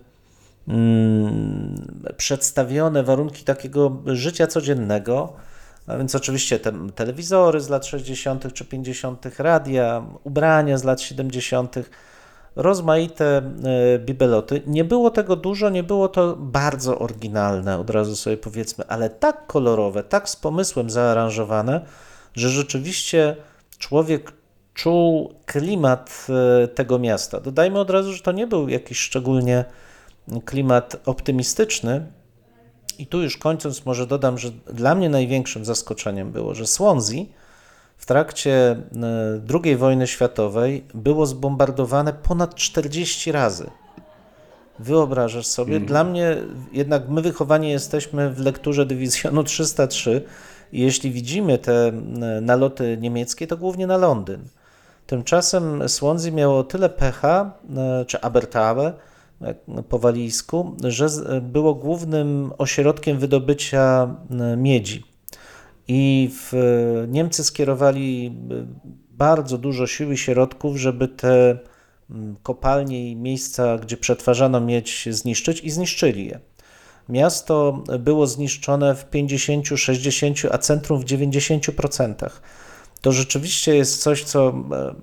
mm, przedstawione warunki takiego życia codziennego, a więc oczywiście te telewizory z lat sześćdziesiątych czy pięćdziesiątych, radia, ubrania z lat siedemdziesiątych, rozmaite bibeloty. Nie było tego dużo, nie było to bardzo oryginalne, od razu sobie powiedzmy, ale tak kolorowe, tak z pomysłem zaaranżowane, że rzeczywiście człowiek czuł klimat tego miasta. Dodajmy od razu, że to nie był jakiś szczególnie klimat optymistyczny. I tu już kończąc może dodam, że dla mnie największym zaskoczeniem było, że Swansea w trakcie drugiej wojny światowej było zbombardowane ponad czterdzieści razy. Wyobrażasz sobie? Mm. Dla mnie, jednak my wychowani jesteśmy w lekturze dywizjonu trzysta trzy i jeśli widzimy te naloty niemieckie, to głównie na Londyn. Tymczasem Swansea miało tyle pecha, czy Abertawe po walijsku, że było głównym ośrodkiem wydobycia miedzi. I w, Niemcy skierowali bardzo dużo sił i środków, żeby te kopalnie i miejsca, gdzie przetwarzano miedź, zniszczyć i zniszczyli je. Miasto było zniszczone w pięćdziesięciu, sześćdziesięciu, a centrum w dziewięćdziesięciu procentach. To rzeczywiście jest coś, co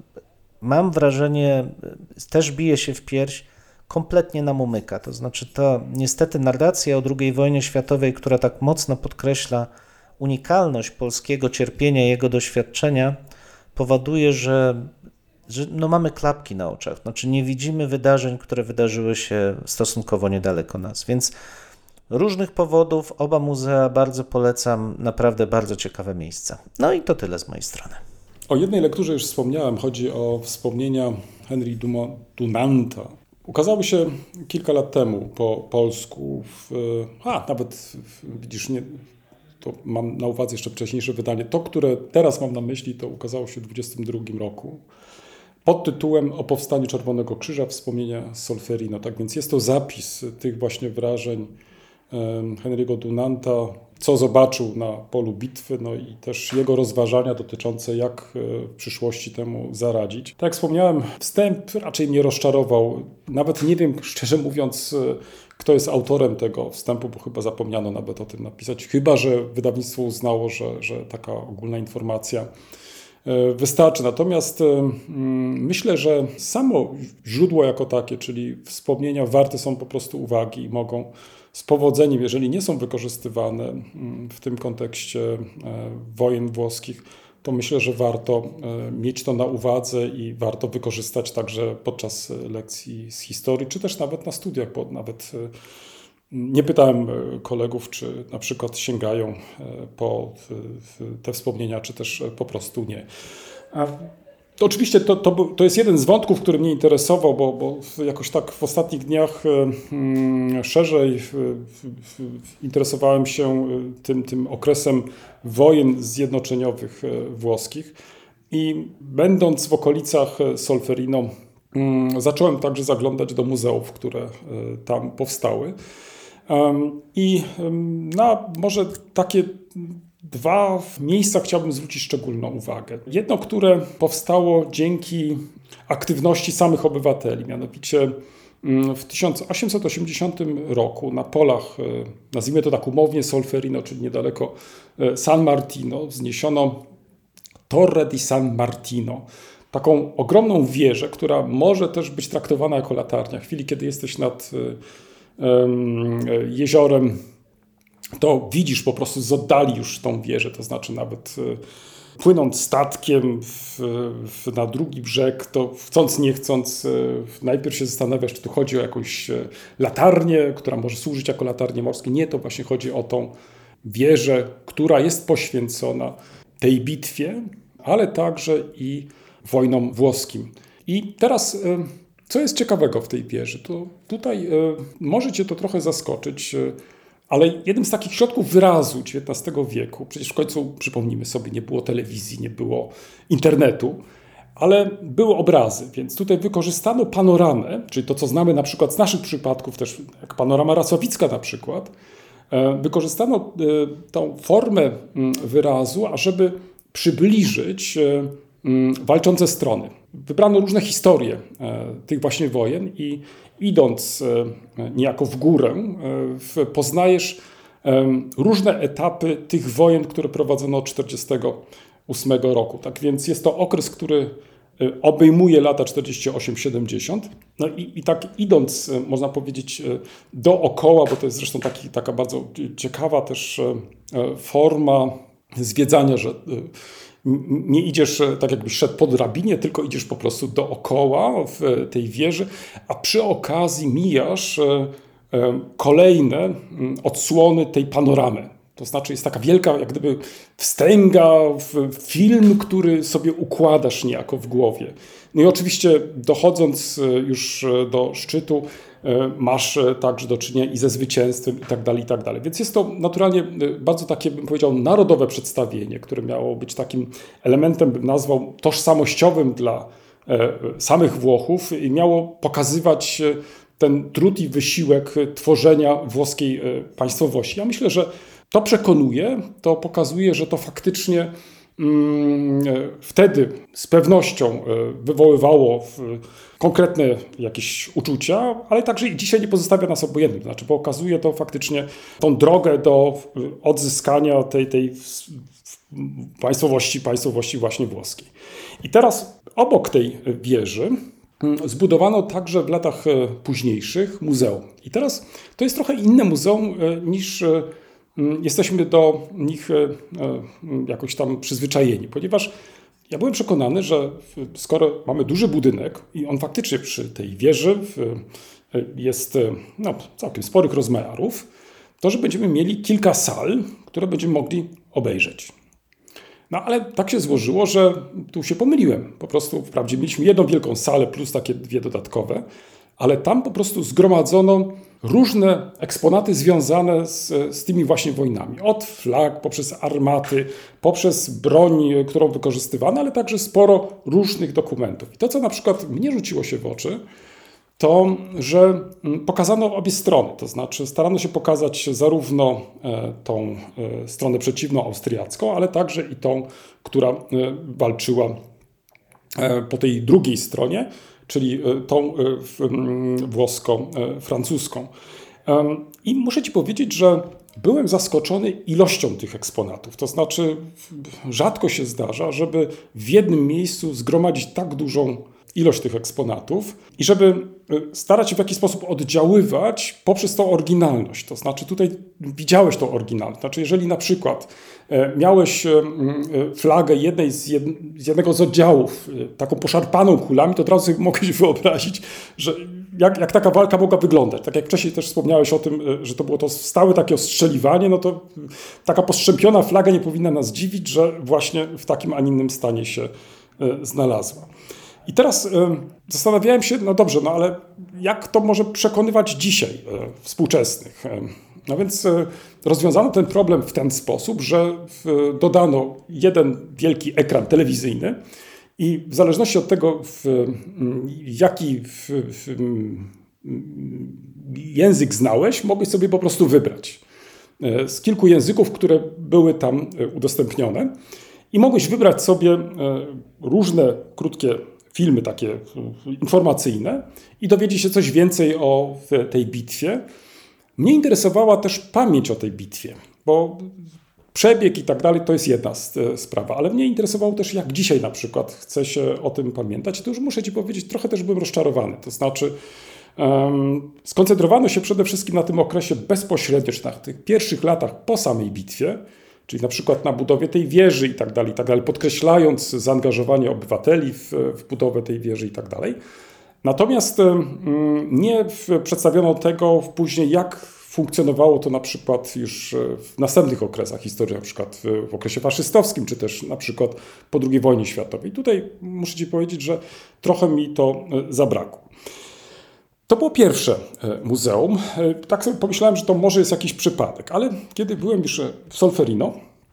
mam wrażenie, też bije się w pierś, kompletnie nam umyka. To znaczy ta niestety narracja o drugiej wojnie światowej, która tak mocno podkreśla unikalność polskiego cierpienia, jego doświadczenia, powoduje, że, że no mamy klapki na oczach. Znaczy nie widzimy wydarzeń, które wydarzyły się stosunkowo niedaleko nas. Więc różnych powodów oba muzea bardzo polecam, naprawdę bardzo ciekawe miejsca. No i to tyle z mojej strony. O jednej lekturze już wspomniałem, chodzi o wspomnienia Henry Dunanta. Ukazały się kilka lat temu po polsku, w, a nawet w, widzisz, nie, to mam na uwadze jeszcze wcześniejsze wydanie. To, które teraz mam na myśli, to ukazało się w dwudziestym drugim roku pod tytułem O powstaniu Czerwonego Krzyża, wspomnienia Solferino. Tak więc jest to zapis tych właśnie wrażeń Henry'ego Dunanta, co zobaczył na polu bitwy, no i też jego rozważania dotyczące, jak w przyszłości temu zaradzić. Tak jak wspomniałem, wstęp raczej mnie rozczarował. Nawet nie wiem, szczerze mówiąc, kto jest autorem tego wstępu, bo chyba zapomniano nawet o tym napisać. Chyba że wydawnictwo uznało, że, że taka ogólna informacja wystarczy. Natomiast myślę, że samo źródło jako takie, czyli wspomnienia warte są po prostu uwagi i mogą z powodzeniem, jeżeli nie są wykorzystywane w tym kontekście wojen włoskich, to myślę, że warto mieć to na uwadze i warto wykorzystać także podczas lekcji z historii, czy też nawet na studiach, bo nawet nie pytałem kolegów, czy na przykład sięgają po te wspomnienia, czy też po prostu nie. To oczywiście to, to, to jest jeden z wątków, który mnie interesował, bo, bo jakoś tak w ostatnich dniach hmm, szerzej hmm, interesowałem się tym, tym okresem wojen zjednoczeniowych włoskich i będąc w okolicach Solferino hmm, zacząłem także zaglądać do muzeów, które tam powstały. Um, I um, na może takie dwa miejsca chciałbym zwrócić szczególną uwagę. Jedno, które powstało dzięki aktywności samych obywateli, mianowicie w tysiąc osiemset osiemdziesiątym roku na polach, nazwijmy to tak umownie, Solferino, czyli niedaleko San Martino, wzniesiono Torre di San Martino. Taką ogromną wieżę, która może też być traktowana jako latarnia. W chwili, kiedy jesteś nad um, jeziorem, to widzisz po prostu z oddali już tą wieżę, to znaczy nawet y, płynąc statkiem w, w, na drugi brzeg, to chcąc nie chcąc, y, najpierw się zastanawiasz, czy tu chodzi o jakąś y, latarnię, która może służyć jako latarnie morskie. Nie, to właśnie chodzi o tą wieżę, która jest poświęcona tej bitwie, ale także i wojnom włoskim. I teraz, y, co jest ciekawego w tej wieży? To tutaj y, może cię to trochę zaskoczyć, y, ale jednym z takich środków wyrazu dziewiętnastego wieku, przecież w końcu, przypomnijmy sobie, nie było telewizji, nie było internetu, ale były obrazy, więc tutaj wykorzystano panoramę, czyli to, co znamy na przykład z naszych przypadków, też jak panorama Rasowicka na przykład, wykorzystano tą formę wyrazu, ażeby przybliżyć walczące strony. Wybrano różne historie tych właśnie wojen i idąc niejako w górę, poznajesz różne etapy tych wojen, które prowadzono od tysiąc dziewięćset czterdziestego ósmego roku. Tak więc jest to okres, który obejmuje lata czterdziesty ósmy siedemdziesiąt. No i, i tak idąc, można powiedzieć, dookoła, bo to jest zresztą taki, taka bardzo ciekawa też forma zwiedzania, że nie idziesz tak jakbyś szedł po drabinie, tylko idziesz po prostu dookoła w tej wieży, a przy okazji mijasz kolejne odsłony tej panoramy. To znaczy jest taka wielka jak gdyby wstęga, film, który sobie układasz niejako w głowie. No i oczywiście dochodząc już do szczytu masz także do czynienia i ze zwycięstwem i tak dalej, i tak dalej. Więc jest to naturalnie bardzo takie, bym powiedział, narodowe przedstawienie, które miało być takim elementem, bym nazwał, tożsamościowym dla samych Włochów i miało pokazywać ten trud i wysiłek tworzenia włoskiej państwowości. Ja myślę, że to przekonuje, to pokazuje, że to faktycznie mm, wtedy z pewnością wywoływało konkretne jakieś uczucia, ale także i dzisiaj nie pozostawia nas obojętnych. Znaczy pokazuje to faktycznie tą drogę do odzyskania tej, tej państwowości, państwowości właśnie włoskiej. I teraz obok tej wieży zbudowano także w latach późniejszych muzeum. I teraz to jest trochę inne muzeum niż jesteśmy do nich jakoś tam przyzwyczajeni, ponieważ ja byłem przekonany, że skoro mamy duży budynek i on faktycznie przy tej wieży jest no, całkiem sporych rozmiarów, to że będziemy mieli kilka sal, które będziemy mogli obejrzeć. No ale tak się złożyło, że tu się pomyliłem. Po prostu wprawdzie mieliśmy jedną wielką salę plus takie dwie dodatkowe, ale tam po prostu zgromadzono różne eksponaty związane z, z tymi właśnie wojnami. Od flag, poprzez armaty, poprzez broń, którą wykorzystywano, ale także sporo różnych dokumentów. I to, co na przykład mnie rzuciło się w oczy, to, że pokazano obie strony. To znaczy starano się pokazać zarówno tą stronę przeciwną, austriacką, ale także i tą, która walczyła po tej drugiej stronie, czyli tą włosko-francuską. I muszę ci powiedzieć, że byłem zaskoczony ilością tych eksponatów. To znaczy rzadko się zdarza, żeby w jednym miejscu zgromadzić tak dużą ilość tych eksponatów i żeby starać się w jakiś sposób oddziaływać poprzez tą oryginalność. To znaczy tutaj widziałeś tą oryginalność. Znaczy jeżeli na przykład miałeś flagę jednej z, jed, z jednego z oddziałów, taką poszarpaną kulami, to od razu sobie mogłeś wyobrazić, że jak, jak taka walka mogła wyglądać. Tak jak wcześniej też wspomniałeś o tym, że to było to stałe takie ostrzeliwanie, no to taka postrzępiona flaga nie powinna nas dziwić, że właśnie w takim, a innym stanie się znalazła. I teraz y, zastanawiałem się, no dobrze, no ale jak to może przekonywać dzisiaj y, współczesnych? Y, no więc y, rozwiązano ten problem w ten sposób, że w, dodano jeden wielki ekran telewizyjny i w zależności od tego, w, y, jaki w, w, y, język znałeś, mogłeś sobie po prostu wybrać y, z kilku języków, które były tam y, udostępnione i mogłeś wybrać sobie y, różne krótkie filmy takie informacyjne i dowiedzieć się coś więcej o tej bitwie. Mnie interesowała też pamięć o tej bitwie, bo przebieg i tak dalej to jest jedna sprawa, ale mnie interesowało też, jak dzisiaj na przykład chce się o tym pamiętać. I to już muszę ci powiedzieć, trochę też byłem rozczarowany. To znaczy um, skoncentrowano się przede wszystkim na tym okresie bezpośrednio, czy na tych pierwszych latach po samej bitwie, czyli na przykład na budowie tej wieży i tak dalej, i tak dalej, podkreślając zaangażowanie obywateli w, w budowę tej wieży i tak dalej. Natomiast mm, nie przedstawiono tego później, jak funkcjonowało to na przykład już w następnych okresach historii, na przykład w, w okresie faszystowskim, czy też na przykład po drugiej wojnie światowej. Tutaj muszę ci powiedzieć, że trochę mi to zabrakło. To było pierwsze muzeum. Tak sobie pomyślałem, że to może jest jakiś przypadek, ale kiedy byłem już w Solferino,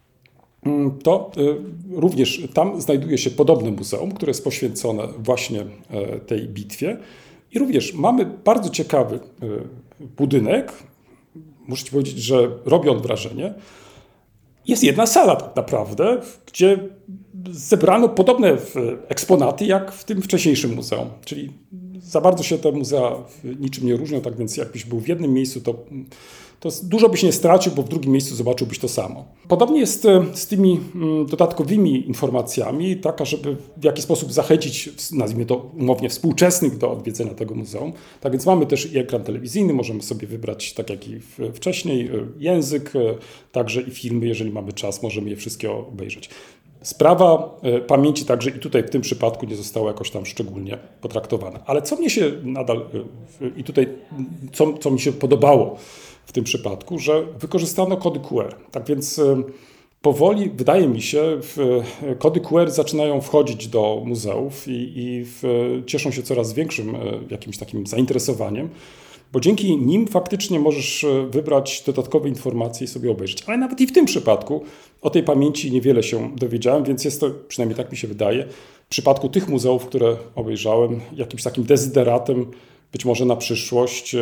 to również tam znajduje się podobne muzeum, które jest poświęcone właśnie tej bitwie. I również mamy bardzo ciekawy budynek. Muszę ci powiedzieć, że robi on wrażenie. Jest jedna sala tak naprawdę, gdzie zebrano podobne eksponaty jak w tym wcześniejszym muzeum. Czyli za bardzo się te muzea niczym nie różnią, tak więc jakbyś był w jednym miejscu, to, to dużo byś nie stracił, bo w drugim miejscu zobaczyłbyś to samo. Podobnie jest z tymi dodatkowymi informacjami, taka, żeby w jakiś sposób zachęcić, nazwijmy to umownie, współczesnych do odwiedzenia tego muzeum. Tak więc mamy też i ekran telewizyjny, możemy sobie wybrać, tak jak i wcześniej, język, także i filmy, jeżeli mamy czas, możemy je wszystkie obejrzeć. Sprawa pamięci także i tutaj w tym przypadku nie została jakoś tam szczególnie potraktowana. Ale co mnie się nadal i tutaj, co, co mi się podobało w tym przypadku, że wykorzystano kody Q R. Tak więc powoli, wydaje mi się, kody Q R zaczynają wchodzić do muzeów i, i w, cieszą się coraz większym jakimś takim zainteresowaniem, bo dzięki nim faktycznie możesz wybrać dodatkowe informacje i sobie obejrzeć. Ale nawet i w tym przypadku o tej pamięci niewiele się dowiedziałem, więc jest to, przynajmniej tak mi się wydaje, w przypadku tych muzeów, które obejrzałem, jakimś takim dezyderatem być może na przyszłość,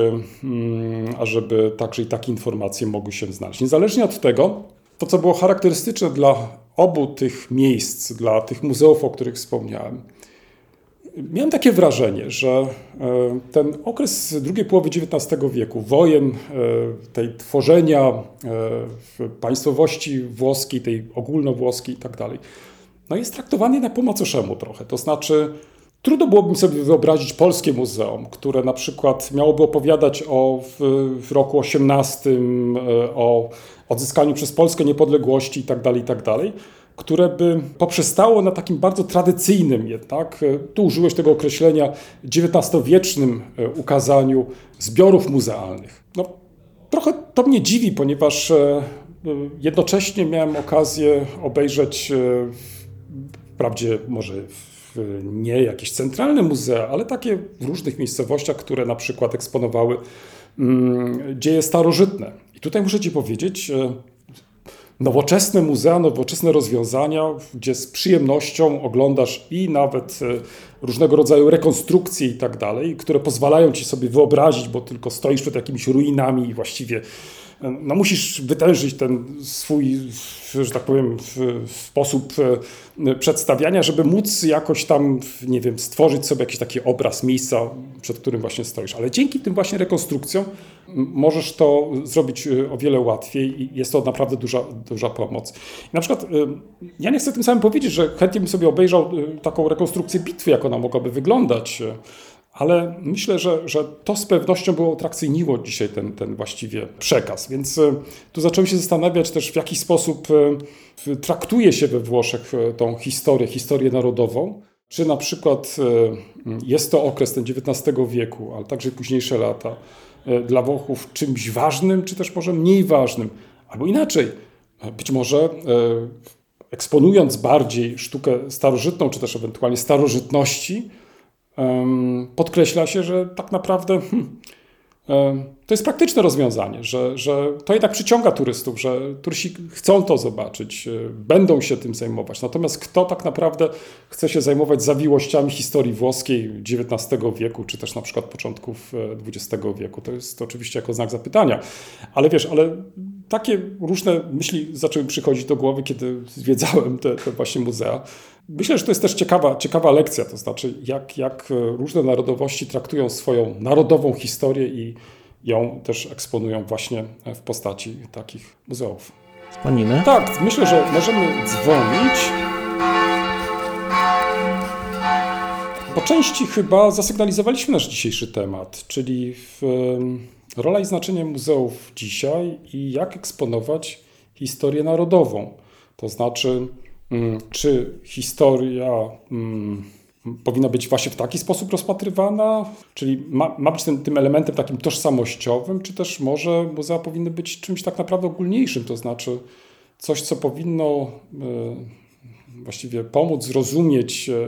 ażeby także i takie informacje mogły się znaleźć. Niezależnie od tego, to co było charakterystyczne dla obu tych miejsc, dla tych muzeów, o których wspomniałem, miałem takie wrażenie, że ten okres drugiej połowy dziewiętnastego wieku, wojen, tej tworzenia państwowości włoskiej, tej ogólnowłoskiej i tak dalej, no jest traktowany na po macoszemu trochę. To znaczy, trudno byłoby mi sobie wyobrazić polskie muzeum, które na przykład miałoby opowiadać o w, w roku osiemnastym, o odzyskaniu przez Polskę niepodległości i tak dalej, i tak dalej, które by poprzestało na takim bardzo tradycyjnym jednak, tu użyłeś tego określenia, dziewiętnastowiecznym ukazaniu zbiorów muzealnych. No, trochę to mnie dziwi, ponieważ jednocześnie miałem okazję obejrzeć, wprawdzie może nie jakieś centralne muzea, ale takie w różnych miejscowościach, które na przykład eksponowały dzieje starożytne. I tutaj muszę ci powiedzieć, nowoczesne muzea, nowoczesne rozwiązania, gdzie z przyjemnością oglądasz i nawet różnego rodzaju rekonstrukcje i tak dalej, które pozwalają ci sobie wyobrazić, bo tylko stoisz przed jakimiś ruinami i właściwie no musisz wytężyć ten swój, że tak powiem, sposób przedstawiania, żeby móc jakoś tam, nie wiem, stworzyć sobie jakiś taki obraz miejsca, przed którym właśnie stoisz. Ale dzięki tym właśnie rekonstrukcjom możesz to zrobić o wiele łatwiej i jest to naprawdę duża, duża pomoc. I na przykład ja nie chcę tym samym powiedzieć, że chętnie bym sobie obejrzał taką rekonstrukcję bitwy, jako ona mogłaby wyglądać. Ale myślę, że, że to z pewnością było atrakcyjniło dzisiaj ten, ten właściwie przekaz. Więc tu zacząłem się zastanawiać też, w jaki sposób traktuje się we Włoszech tą historię, historię narodową. Czy na przykład jest to okres ten dziewiętnastego wieku, ale także późniejsze lata dla Włochów czymś ważnym, czy też może mniej ważnym. Albo inaczej, być może eksponując bardziej sztukę starożytną, czy też ewentualnie starożytności, podkreśla się, że tak naprawdę hmm, to jest praktyczne rozwiązanie, że, że to jednak przyciąga turystów, że turyści chcą to zobaczyć, będą się tym zajmować. Natomiast kto tak naprawdę chce się zajmować zawiłościami historii włoskiej dziewiętnastego wieku, czy też na przykład początków dwudziestego wieku, to jest oczywiście jako znak zapytania. Ale wiesz, ale takie różne myśli zaczęły przychodzić do głowy, kiedy zwiedzałem te, te właśnie muzea. Myślę, że to jest też ciekawa, ciekawa lekcja, to znaczy jak, jak różne narodowości traktują swoją narodową historię i ją też eksponują właśnie w postaci takich muzeów. Dzwonimy? Tak, myślę, że możemy dzwonić. Po części chyba zasygnalizowaliśmy nasz dzisiejszy temat, czyli w, rola i znaczenie muzeów dzisiaj i jak eksponować historię narodową. To znaczy, czy historia hmm, powinna być właśnie w taki sposób rozpatrywana, czyli ma, ma być tym, tym elementem takim tożsamościowym, czy też może muzea powinny być czymś tak naprawdę ogólniejszym, to znaczy coś, co powinno y, właściwie pomóc zrozumieć y,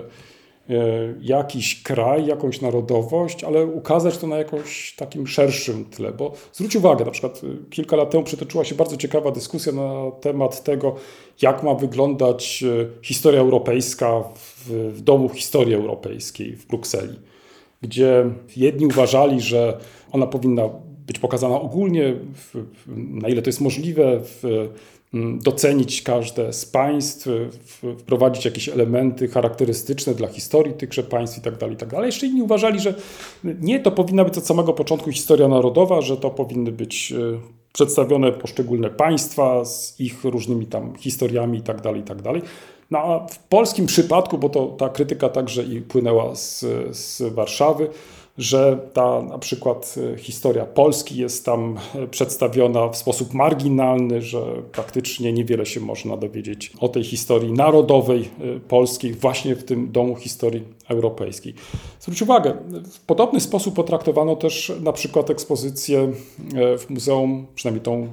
jakiś kraj, jakąś narodowość, ale ukazać to na jakimś takim szerszym tle, bo zwróć uwagę, na przykład kilka lat temu przytoczyła się bardzo ciekawa dyskusja na temat tego, jak ma wyglądać historia europejska w, w Domu Historii Europejskiej w Brukseli, gdzie jedni uważali, że ona powinna być pokazana ogólnie, w, na ile to jest możliwe, w, docenić każde z państw, wprowadzić jakieś elementy charakterystyczne dla historii tychże państw itd., itd. Ale jeszcze inni uważali, że nie, to powinna być od samego początku historia narodowa, że to powinny być przedstawione poszczególne państwa z ich różnymi tam historiami itd., itd. No a w polskim przypadku, bo to ta krytyka także i płynęła z, z Warszawy, że ta na przykład historia Polski jest tam przedstawiona w sposób marginalny, że praktycznie niewiele się można dowiedzieć o tej historii narodowej polskiej właśnie w tym Domu Historii Europejskiej. Zwróć uwagę, w podobny sposób potraktowano też na przykład ekspozycję w muzeum, przynajmniej tą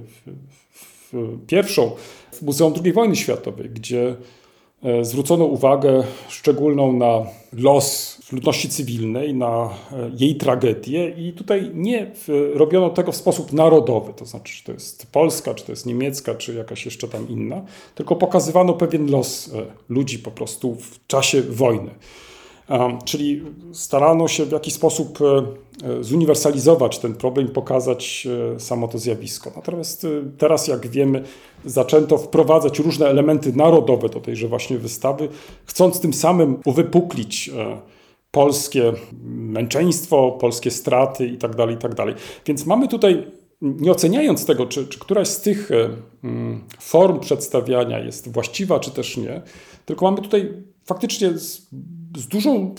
w, w pierwszą, w Muzeum drugiej Wojny Światowej, gdzie zwrócono uwagę szczególną na los ludności cywilnej, na jej tragedię i tutaj nie robiono tego w sposób narodowy, to znaczy, czy to jest polska, czy to jest niemiecka, czy jakaś jeszcze tam inna, tylko pokazywano pewien los ludzi po prostu w czasie wojny. Czyli starano się w jakiś sposób zuniwersalizować ten problem i pokazać samo to zjawisko. Natomiast teraz, jak wiemy, zaczęto wprowadzać różne elementy narodowe do tejże właśnie wystawy, chcąc tym samym uwypuklić polskie męczeństwo, polskie straty itd., itd. Więc mamy tutaj, nie oceniając tego, czy, czy któraś z tych form przedstawiania jest właściwa, czy też nie, tylko mamy tutaj faktycznie z, z dużą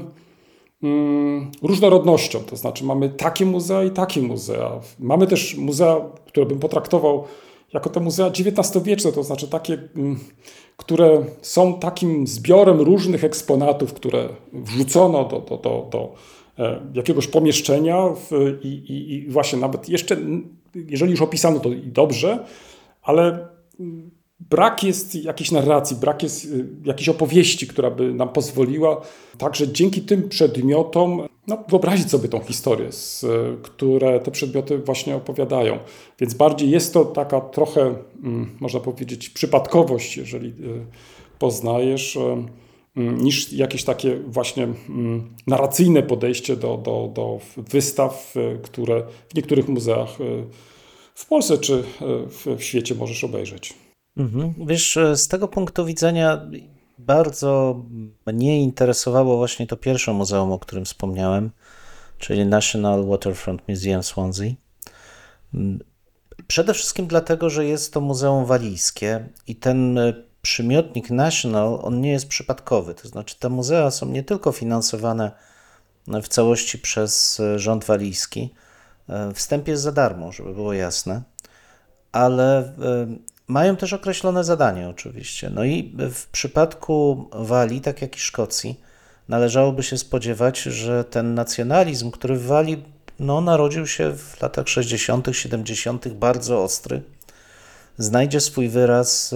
różnorodnością, to znaczy mamy takie muzea i takie muzea. Mamy też muzea, które bym potraktował jako te muzea dziewiętnastowieczne, to znaczy takie, które są takim zbiorem różnych eksponatów, które wrzucono do, do, do, do jakiegoś pomieszczenia w, i, i, i właśnie nawet jeszcze, jeżeli już opisano to i dobrze, ale brak jest jakiejś narracji, brak jest jakiejś opowieści, która by nam pozwoliła także dzięki tym przedmiotom no, wyobrazić sobie tą historię, z, które te przedmioty właśnie opowiadają. Więc bardziej jest to taka trochę, można powiedzieć, przypadkowość, jeżeli poznajesz, niż jakieś takie właśnie narracyjne podejście do, do, do wystaw, które w niektórych muzeach w Polsce czy w świecie możesz obejrzeć. Mhm. Wiesz, z tego punktu widzenia bardzo mnie interesowało właśnie to pierwsze muzeum, o którym wspomniałem, czyli National Waterfront Museum Swansea. Przede wszystkim dlatego, że jest to muzeum walijskie i ten przymiotnik national, on nie jest przypadkowy. To znaczy te muzea są nie tylko finansowane w całości przez rząd walijski. Wstęp jest za darmo, żeby było jasne, ale mają też określone zadanie oczywiście. No i w przypadku Walii, tak jak i Szkocji, należałoby się spodziewać, że ten nacjonalizm, który w Walii no, narodził się w latach sześćdziesiątych, siedemdziesiątych bardzo ostry, znajdzie swój wyraz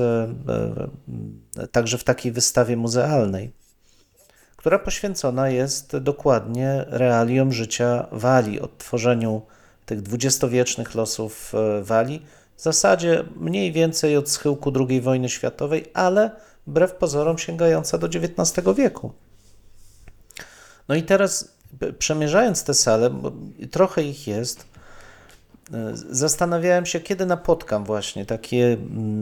także w takiej wystawie muzealnej, która poświęcona jest dokładnie realiom życia Walii, odtworzeniu tych dwudziestowiecznych losów Walii, w zasadzie mniej więcej od schyłku drugiej wojny światowej, ale wbrew pozorom sięgająca do dziewiętnastego wieku. No i teraz przemierzając te sale, bo trochę ich jest, zastanawiałem się, kiedy napotkam właśnie takie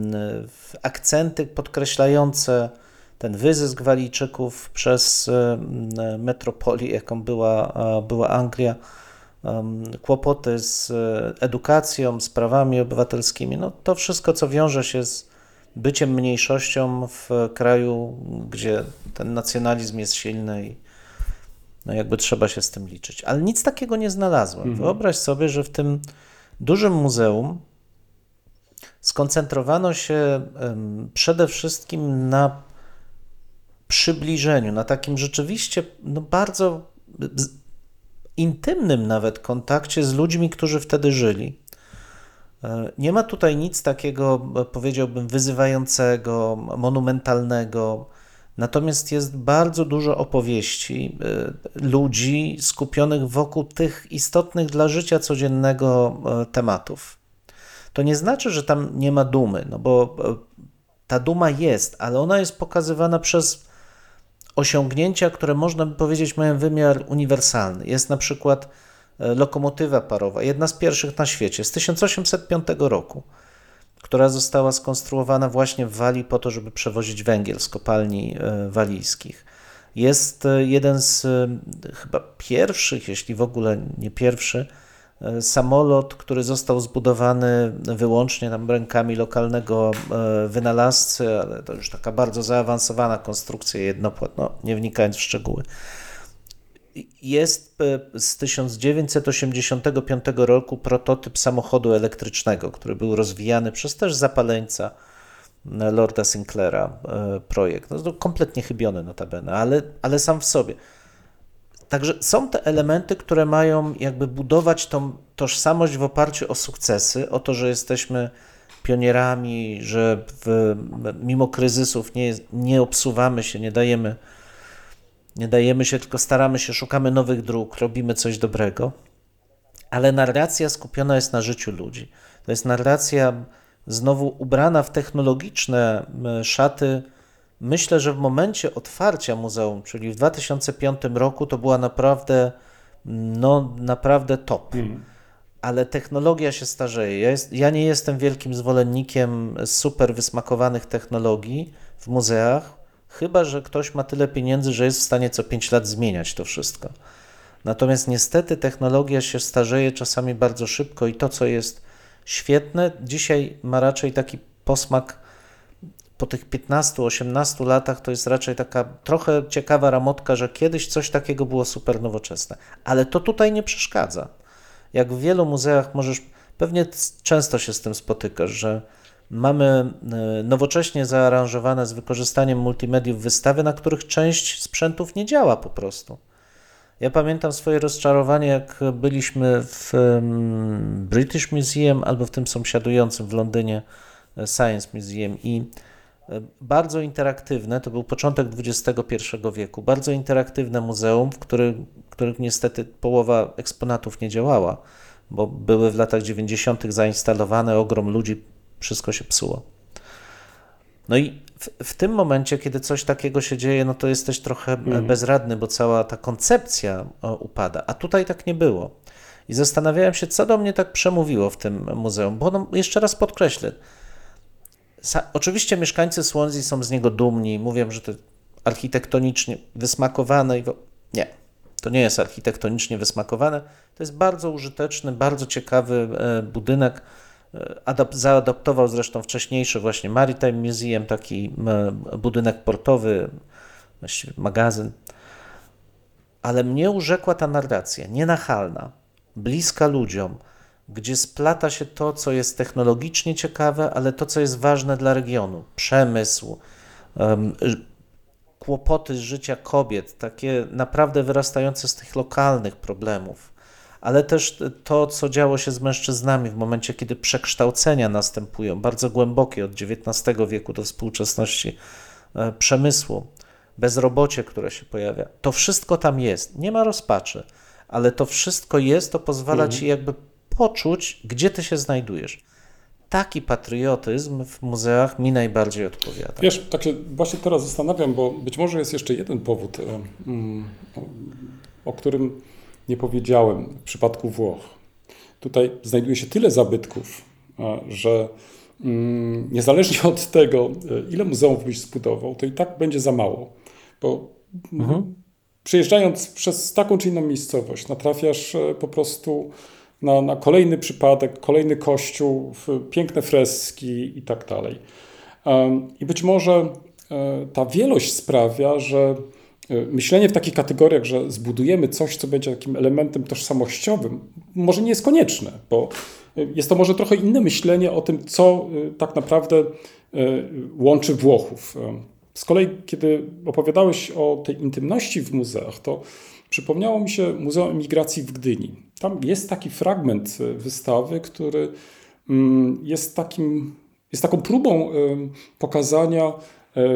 akcenty podkreślające ten wyzysk Walijczyków przez metropolię, jaką była, była Anglia, kłopoty z edukacją, z prawami obywatelskimi, no to wszystko, co wiąże się z byciem mniejszością w kraju, gdzie ten nacjonalizm jest silny i no jakby trzeba się z tym liczyć. Ale nic takiego nie znalazłem. Mhm. Wyobraź sobie, że w tym dużym muzeum skoncentrowano się przede wszystkim na przybliżeniu, na takim rzeczywiście no bardzo intymnym nawet kontakcie z ludźmi, którzy wtedy żyli. Nie ma tutaj nic takiego, powiedziałbym, wyzywającego, monumentalnego, natomiast jest bardzo dużo opowieści ludzi skupionych wokół tych istotnych dla życia codziennego tematów. To nie znaczy, że tam nie ma dumy, no bo ta duma jest, ale ona jest pokazywana przez osiągnięcia, które można by powiedzieć mają wymiar uniwersalny. Jest na przykład lokomotywa parowa, jedna z pierwszych na świecie, z tysiąc osiemset piątego roku, która została skonstruowana właśnie w Walii po to, żeby przewozić węgiel z kopalni walijskich. Jest jeden z chyba pierwszych, jeśli w ogóle nie pierwszy, samolot, który został zbudowany wyłącznie tam rękami lokalnego wynalazcy, ale to już taka bardzo zaawansowana konstrukcja jednopłat, no, nie wnikając w szczegóły. Jest z tysiąc dziewięćset osiemdziesiątego piątego roku prototyp samochodu elektrycznego, który był rozwijany przez też zapaleńca Lorda Sinclaira projekt. No, to kompletnie chybiony notabene, ale, ale sam w sobie. Także są te elementy, które mają jakby budować tą tożsamość w oparciu o sukcesy, o to, że jesteśmy pionierami, że w, mimo kryzysów nie, nie obsuwamy się, nie dajemy, nie dajemy się, tylko staramy się, szukamy nowych dróg, robimy coś dobrego, ale narracja skupiona jest na życiu ludzi. To jest narracja znowu ubrana w technologiczne szaty. Myślę, że w momencie otwarcia muzeum, czyli w dwa tysiące piątym roku, to była naprawdę, no naprawdę top. Mm. Ale technologia się starzeje. Ja, jest, ja nie jestem wielkim zwolennikiem super wysmakowanych technologii w muzeach, chyba że ktoś ma tyle pieniędzy, że jest w stanie co pięć lat zmieniać to wszystko. Natomiast niestety technologia się starzeje czasami bardzo szybko i to, co jest świetne, dzisiaj ma raczej taki posmak. Po tych piętnastu osiemnastu latach to jest raczej taka trochę ciekawa ramotka, że kiedyś coś takiego było super nowoczesne. Ale to tutaj nie przeszkadza. Jak w wielu muzeach możesz, pewnie często się z tym spotykasz, że mamy nowocześnie zaaranżowane z wykorzystaniem multimediów wystawy, na których część sprzętów nie działa po prostu. Ja pamiętam swoje rozczarowanie, jak byliśmy w British Museum albo w tym sąsiadującym w Londynie Science Museum i bardzo interaktywne, to był początek dwudziestego pierwszego wieku, bardzo interaktywne muzeum, w którym, których niestety połowa eksponatów nie działała, bo były w latach dziewięćdziesiątych zainstalowane, ogrom ludzi, wszystko się psuło. No i w, w tym momencie, kiedy coś takiego się dzieje, no to jesteś trochę mm. bezradny, bo cała ta koncepcja upada, a tutaj tak nie było. I zastanawiałem się, co do mnie tak przemówiło w tym muzeum, bo no, jeszcze raz podkreślę, oczywiście mieszkańcy Swansea są z niego dumni, mówią, że to architektonicznie wysmakowane. I nie, to nie jest architektonicznie wysmakowane. To jest bardzo użyteczny, bardzo ciekawy budynek adop- zaadoptował zresztą wcześniejszy właśnie Maritime Museum, taki e, budynek portowy, właściwie magazyn. Ale mnie urzekła ta narracja, nienachalna, bliska ludziom, gdzie splata się to, co jest technologicznie ciekawe, ale to, co jest ważne dla regionu. Przemysł, um, kłopoty z życia kobiet, takie naprawdę wyrastające z tych lokalnych problemów, ale też to, co działo się z mężczyznami w momencie, kiedy przekształcenia następują, bardzo głębokie od dziewiętnastego wieku do współczesności e, przemysłu, bezrobocie, które się pojawia. To wszystko tam jest. Nie ma rozpaczy, ale to wszystko jest, to pozwala Mhm. ci jakby poczuć, gdzie ty się znajdujesz. Taki patriotyzm w muzeach mi najbardziej odpowiada. Wiesz, tak się właśnie teraz zastanawiam, bo być może jest jeszcze jeden powód, e, mm, o, o którym nie powiedziałem w przypadku Włoch. Tutaj znajduje się tyle zabytków, e, że mm, niezależnie od tego, e, ile muzeów byś zbudował, to i tak będzie za mało. Bo Mhm. przejeżdżając przez taką czy inną miejscowość, natrafiasz e, po prostu na, na kolejny przypadek, kolejny kościół, w- piękne freski i tak dalej. Em, I być może e, ta wielość sprawia, że e, myślenie w takich kategoriach, że zbudujemy coś, co będzie takim elementem tożsamościowym, może nie jest konieczne, bo e, jest to może trochę inne myślenie o tym, co e, tak naprawdę e, łączy Włochów. E, Z kolei, kiedy opowiadałeś o tej intymności w muzeach, to przypomniało mi się Muzeum Emigracji w Gdyni. Tam jest taki fragment e, wystawy, który mm, jest takim, jest taką próbą e, pokazania e,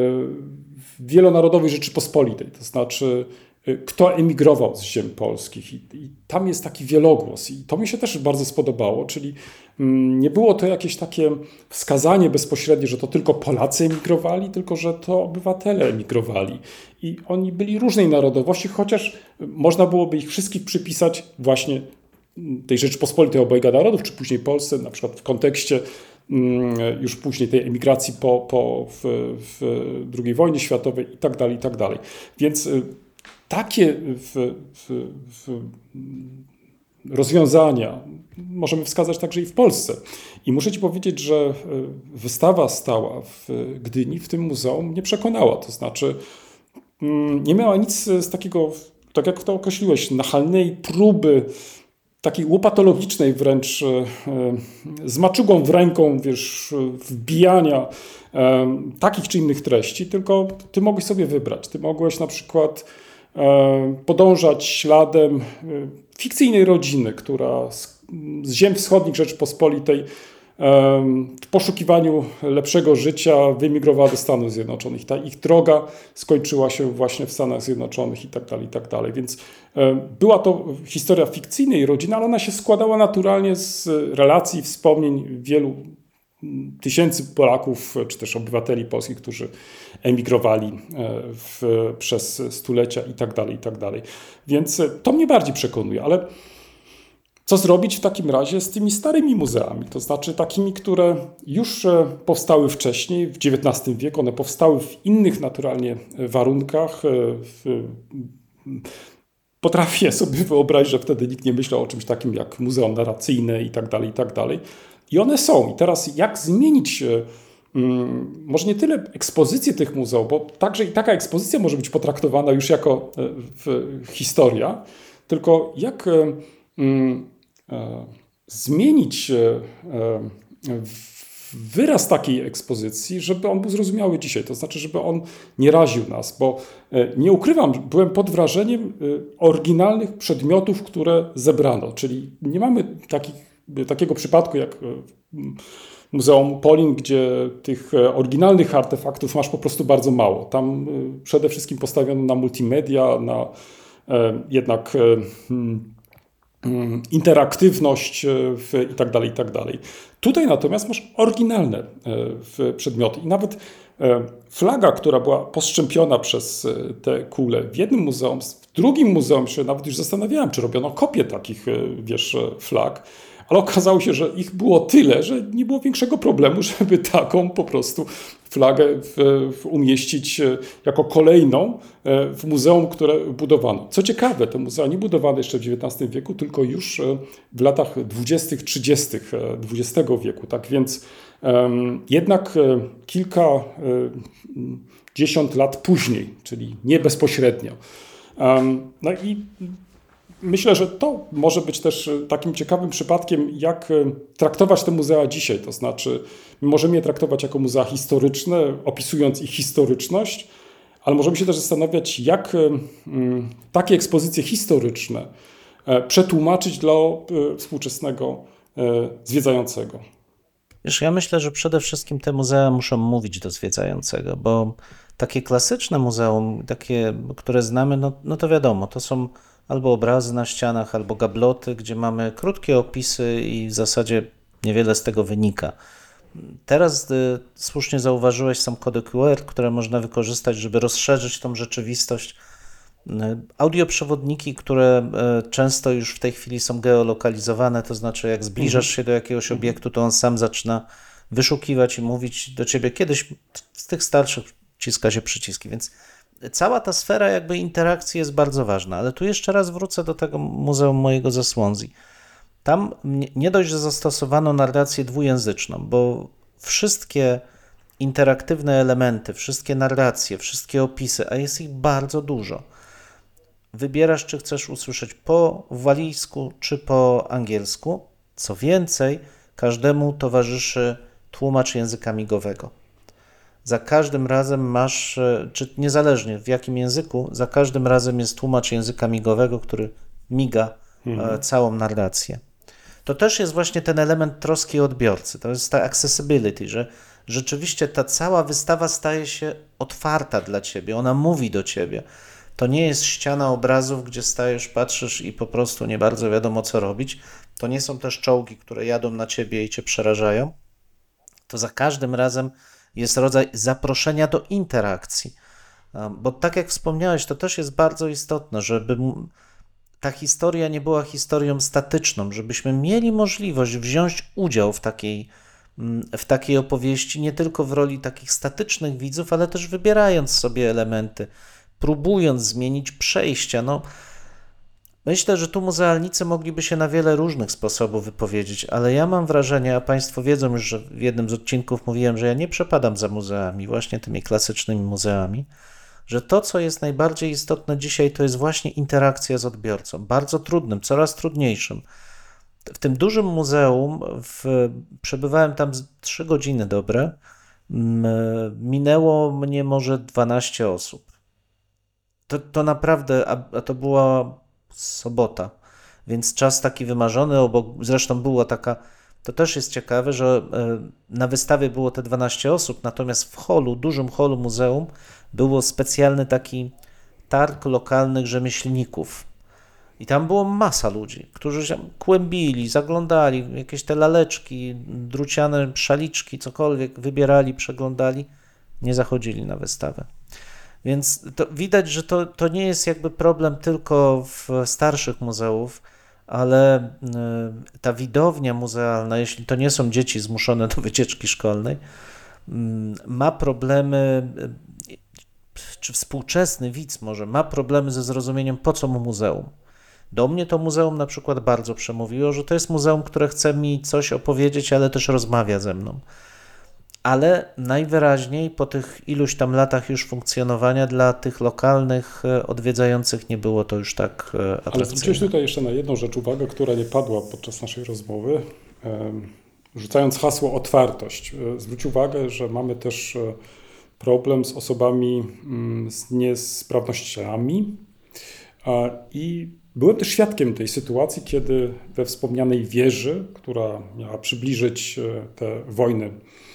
wielonarodowej Rzeczypospolitej, to znaczy e, kto emigrował z ziem polskich. I, I tam jest taki wielogłos i to mi się też bardzo spodobało, czyli mm, nie było to jakieś takie wskazanie bezpośrednie, że to tylko Polacy emigrowali, tylko że to obywatele emigrowali. I oni byli różnej narodowości, chociaż można byłoby ich wszystkich przypisać właśnie tej Rzeczypospolitej obojga narodów, czy później Polsce, na przykład w kontekście mm, już później tej emigracji po, po w, w drugiej wojnie światowej i tak dalej, i tak dalej. Więc y, takie w, w, w rozwiązania możemy wskazać także i w Polsce. I muszę Ci powiedzieć, że y, wystawa stała w Gdyni, w tym muzeum, mnie przekonała. To znaczy mm, nie miała nic z takiego, tak jak to określiłeś, nachalnej próby takiej łopatologicznej wręcz, e, z maczugą w ręką, wiesz, wbijania e, takich czy innych treści, tylko ty mogłeś sobie wybrać. Ty mogłeś na przykład e, podążać śladem e, fikcyjnej rodziny, która z, z ziem wschodnich Rzeczypospolitej w poszukiwaniu lepszego życia wyemigrowała do Stanów Zjednoczonych. Ta ich droga skończyła się właśnie w Stanach Zjednoczonych i tak dalej, i tak dalej. Więc była to historia fikcyjnej rodziny, ale ona się składała naturalnie z relacji, wspomnień wielu tysięcy Polaków, czy też obywateli polskich, którzy emigrowali w, przez stulecia i tak dalej, i tak dalej. Więc to mnie bardziej przekonuje, ale co zrobić w takim razie z tymi starymi muzeami, to znaczy takimi, które już powstały wcześniej, w dziewiętnastym wieku, one powstały w innych naturalnie warunkach. W... Potrafię sobie wyobrazić, że wtedy nikt nie myślał o czymś takim jak muzeum narracyjne i tak dalej, i tak dalej. I one są. I teraz jak zmienić um, może nie tyle ekspozycję tych muzeów, bo także i taka ekspozycja może być potraktowana już jako w, historia, tylko jak um, zmienić wyraz takiej ekspozycji, żeby on był zrozumiały dzisiaj. To znaczy, żeby on nie raził nas, bo nie ukrywam, byłem pod wrażeniem oryginalnych przedmiotów, które zebrano. Czyli nie mamy takich, takiego przypadku jak Muzeum Polin, gdzie tych oryginalnych artefaktów masz po prostu bardzo mało. Tam przede wszystkim postawiono na multimedia, na jednak interaktywność w, i tak dalej, i tak dalej. Tutaj natomiast masz oryginalne w, przedmioty i nawet flaga, która była postrzępiona przez te kule w jednym muzeum, w drugim muzeum się nawet już zastanawiałem, czy robiono kopię takich, wiesz, flag, ale okazało się, że ich było tyle, że nie było większego problemu, żeby taką po prostu flagę w, w umieścić jako kolejną w muzeum, które budowano. Co ciekawe, te muzea nie budowano jeszcze w dziewiętnastym wieku, tylko już w latach dwudziestych, trzydziestych dwudziestego wieku. Tak więc um, jednak kilkadziesiąt lat później, czyli nie bezpośrednio. Um, no i myślę, że to może być też takim ciekawym przypadkiem, jak traktować te muzea dzisiaj. To znaczy, my możemy je traktować jako muzea historyczne, opisując ich historyczność, ale możemy się też zastanawiać, jak takie ekspozycje historyczne przetłumaczyć dla współczesnego zwiedzającego. Wiesz, ja myślę, że przede wszystkim te muzea muszą mówić do zwiedzającego, bo takie klasyczne muzeum, takie, które znamy, no, no to wiadomo, to są albo obrazy na ścianach, albo gabloty, gdzie mamy krótkie opisy i w zasadzie niewiele z tego wynika. Teraz y, słusznie zauważyłeś, są kody Q R, które można wykorzystać, żeby rozszerzyć tą rzeczywistość. Y, audioprzewodniki, które y, często już w tej chwili są geolokalizowane, to znaczy jak zbliżasz się do jakiegoś obiektu, to on sam zaczyna wyszukiwać i mówić do ciebie. Kiedyś z tych starszych wciska się przyciski, więc cała ta sfera jakby interakcji jest bardzo ważna, ale tu jeszcze raz wrócę do tego muzeum mojego ze Swansea. Tam nie dość, że zastosowano narrację dwujęzyczną, bo wszystkie interaktywne elementy, wszystkie narracje, wszystkie opisy, a jest ich bardzo dużo. Wybierasz, czy chcesz usłyszeć po walijsku, czy po angielsku. Co więcej, każdemu towarzyszy tłumacz języka migowego. Za każdym razem masz, czy niezależnie w jakim języku, za każdym razem jest tłumacz języka migowego, który miga mhm. całą narrację. To też jest właśnie ten element troski odbiorcy, to jest ta accessibility, że rzeczywiście ta cała wystawa staje się otwarta dla ciebie, ona mówi do ciebie. To nie jest ściana obrazów, gdzie stajesz, patrzysz i po prostu nie bardzo wiadomo co robić. To nie są też czołgi, które jadą na ciebie i cię przerażają. To za każdym razem jest rodzaj zaproszenia do interakcji. Bo tak jak wspomniałeś, to też jest bardzo istotne, żeby ta historia nie była historią statyczną, żebyśmy mieli możliwość wziąć udział w takiej, w takiej opowieści, nie tylko w roli takich statycznych widzów, ale też wybierając sobie elementy, próbując zmienić przejścia. No, myślę, że tu muzealnicy mogliby się na wiele różnych sposobów wypowiedzieć, ale ja mam wrażenie, a Państwo wiedzą już, że w jednym z odcinków mówiłem, że ja nie przepadam za muzeami, właśnie tymi klasycznymi muzeami, że to, co jest najbardziej istotne dzisiaj, to jest właśnie interakcja z odbiorcą. Bardzo trudnym, coraz trudniejszym. W tym dużym muzeum w, przebywałem tam trzy godziny dobre, minęło mnie może dwanaście osób. To, to naprawdę, a, a to była sobota, więc czas taki wymarzony, obok, zresztą była taka, to też jest ciekawe, że na wystawie było te dwanaście osób, natomiast w holu, dużym holu muzeum było specjalny taki targ lokalnych rzemieślników i tam było masa ludzi, którzy się kłębili, zaglądali, jakieś te laleczki, druciane szaliczki, cokolwiek wybierali, przeglądali, nie zachodzili na wystawę. Więc to widać, że to, to nie jest jakby problem tylko w starszych muzeów, ale ta widownia muzealna, jeśli to nie są dzieci zmuszone do wycieczki szkolnej, ma problemy, czy współczesny widz może ma problemy ze zrozumieniem, po co mu muzeum. Do mnie to muzeum na przykład bardzo przemówiło, że to jest muzeum, które chce mi coś opowiedzieć, ale też rozmawia ze mną. Ale najwyraźniej po tych iluś tam latach już funkcjonowania dla tych lokalnych odwiedzających nie było to już tak atrakcyjne. Ale zwróciłeś tutaj jeszcze na jedną rzecz uwagę, która nie padła podczas naszej rozmowy. Rzucając hasło otwartość, zwróć uwagę, że mamy też problem z osobami z niesprawnościami i byłem też świadkiem tej sytuacji, kiedy we wspomnianej wieży, która miała przybliżyć te wojny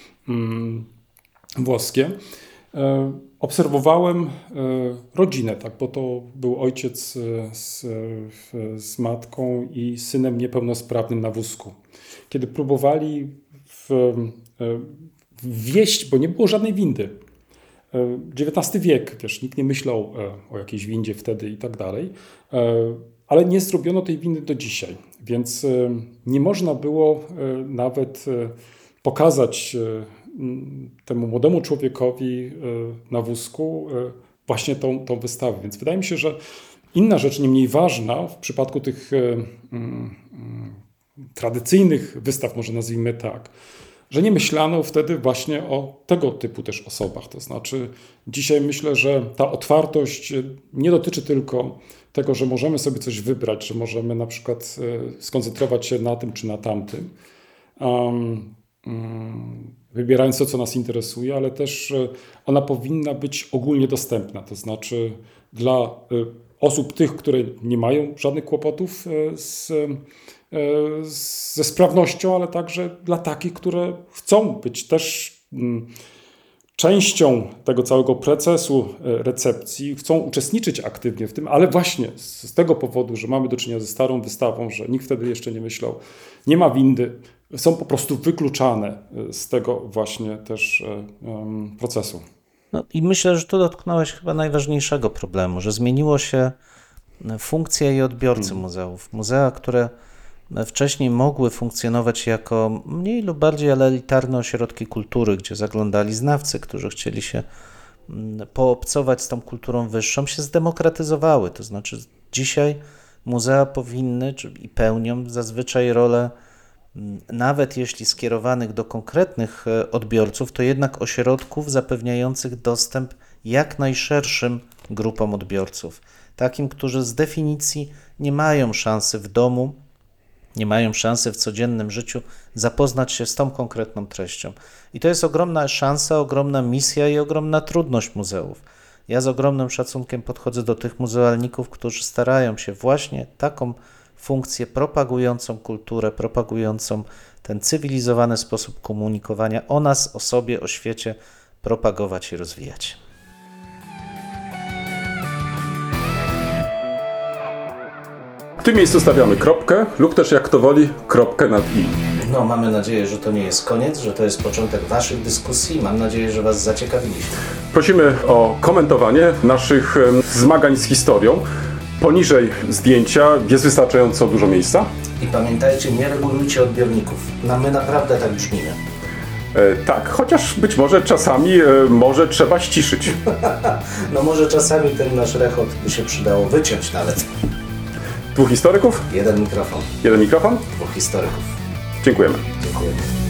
włoskie, obserwowałem rodzinę, tak, bo to był ojciec z, z matką i synem niepełnosprawnym na wózku. Kiedy próbowali w, wwieźć, bo nie było żadnej windy. dziewiętnasty wiek, wiesz, nikt nie myślał o jakiejś windzie wtedy i tak dalej, ale nie zrobiono tej windy do dzisiaj. Więc nie można było nawet pokazać temu młodemu człowiekowi na wózku właśnie tą, tą wystawę. Więc wydaje mi się, że inna rzecz, nie mniej ważna w przypadku tych um, tradycyjnych wystaw, może nazwijmy tak, że nie myślano wtedy właśnie o tego typu też osobach. To znaczy dzisiaj myślę, że ta otwartość nie dotyczy tylko tego, że możemy sobie coś wybrać, że możemy na przykład skoncentrować się na tym czy na tamtym, um, um, wybierając to, co nas interesuje, ale też ona powinna być ogólnie dostępna. To znaczy dla osób tych, które nie mają żadnych kłopotów z, ze sprawnością, ale także dla takich, które chcą być też częścią tego całego procesu recepcji, chcą uczestniczyć aktywnie w tym, ale właśnie z tego powodu, że mamy do czynienia ze starą wystawą, że nikt wtedy jeszcze nie myślał, nie ma windy, są po prostu wykluczane z tego właśnie też um, procesu. No i myślę, że tu dotknąłeś chyba najważniejszego problemu, że zmieniło się funkcja i odbiorcy hmm. muzeów. Muzea, które wcześniej mogły funkcjonować jako mniej lub bardziej ale elitarne ośrodki kultury, gdzie zaglądali znawcy, którzy chcieli się poobcować z tą kulturą wyższą, się zdemokratyzowały. To znaczy dzisiaj muzea powinny czy, i pełnią zazwyczaj rolę, nawet jeśli skierowanych do konkretnych odbiorców, to jednak ośrodków zapewniających dostęp jak najszerszym grupom odbiorców. Takim, którzy z definicji nie mają szansy w domu, nie mają szansy w codziennym życiu zapoznać się z tą konkretną treścią. I to jest ogromna szansa, ogromna misja i ogromna trudność muzeów. Ja z ogromnym szacunkiem podchodzę do tych muzealników, którzy starają się właśnie taką funkcję propagującą kulturę, propagującą ten cywilizowany sposób komunikowania o nas, o sobie, o świecie propagować i rozwijać. W tym miejscu stawiamy kropkę lub też, jak kto woli, kropkę nad i. No, mamy nadzieję, że to nie jest koniec, że to jest początek waszych dyskusji. Mam nadzieję, że was zaciekawiliśmy. Prosimy o komentowanie naszych zmagań z historią. Poniżej zdjęcia jest wystarczająco dużo miejsca. I pamiętajcie, nie regulujcie odbiorników. No, my naprawdę tak brzmimy. E, tak, chociaż być może czasami e, może trzeba ściszyć. No może czasami ten nasz rechot by się przydało wyciąć nawet. Dwóch historyków? Jeden mikrofon. Jeden mikrofon? Dwóch historyków. Dziękujemy. Dziękujemy.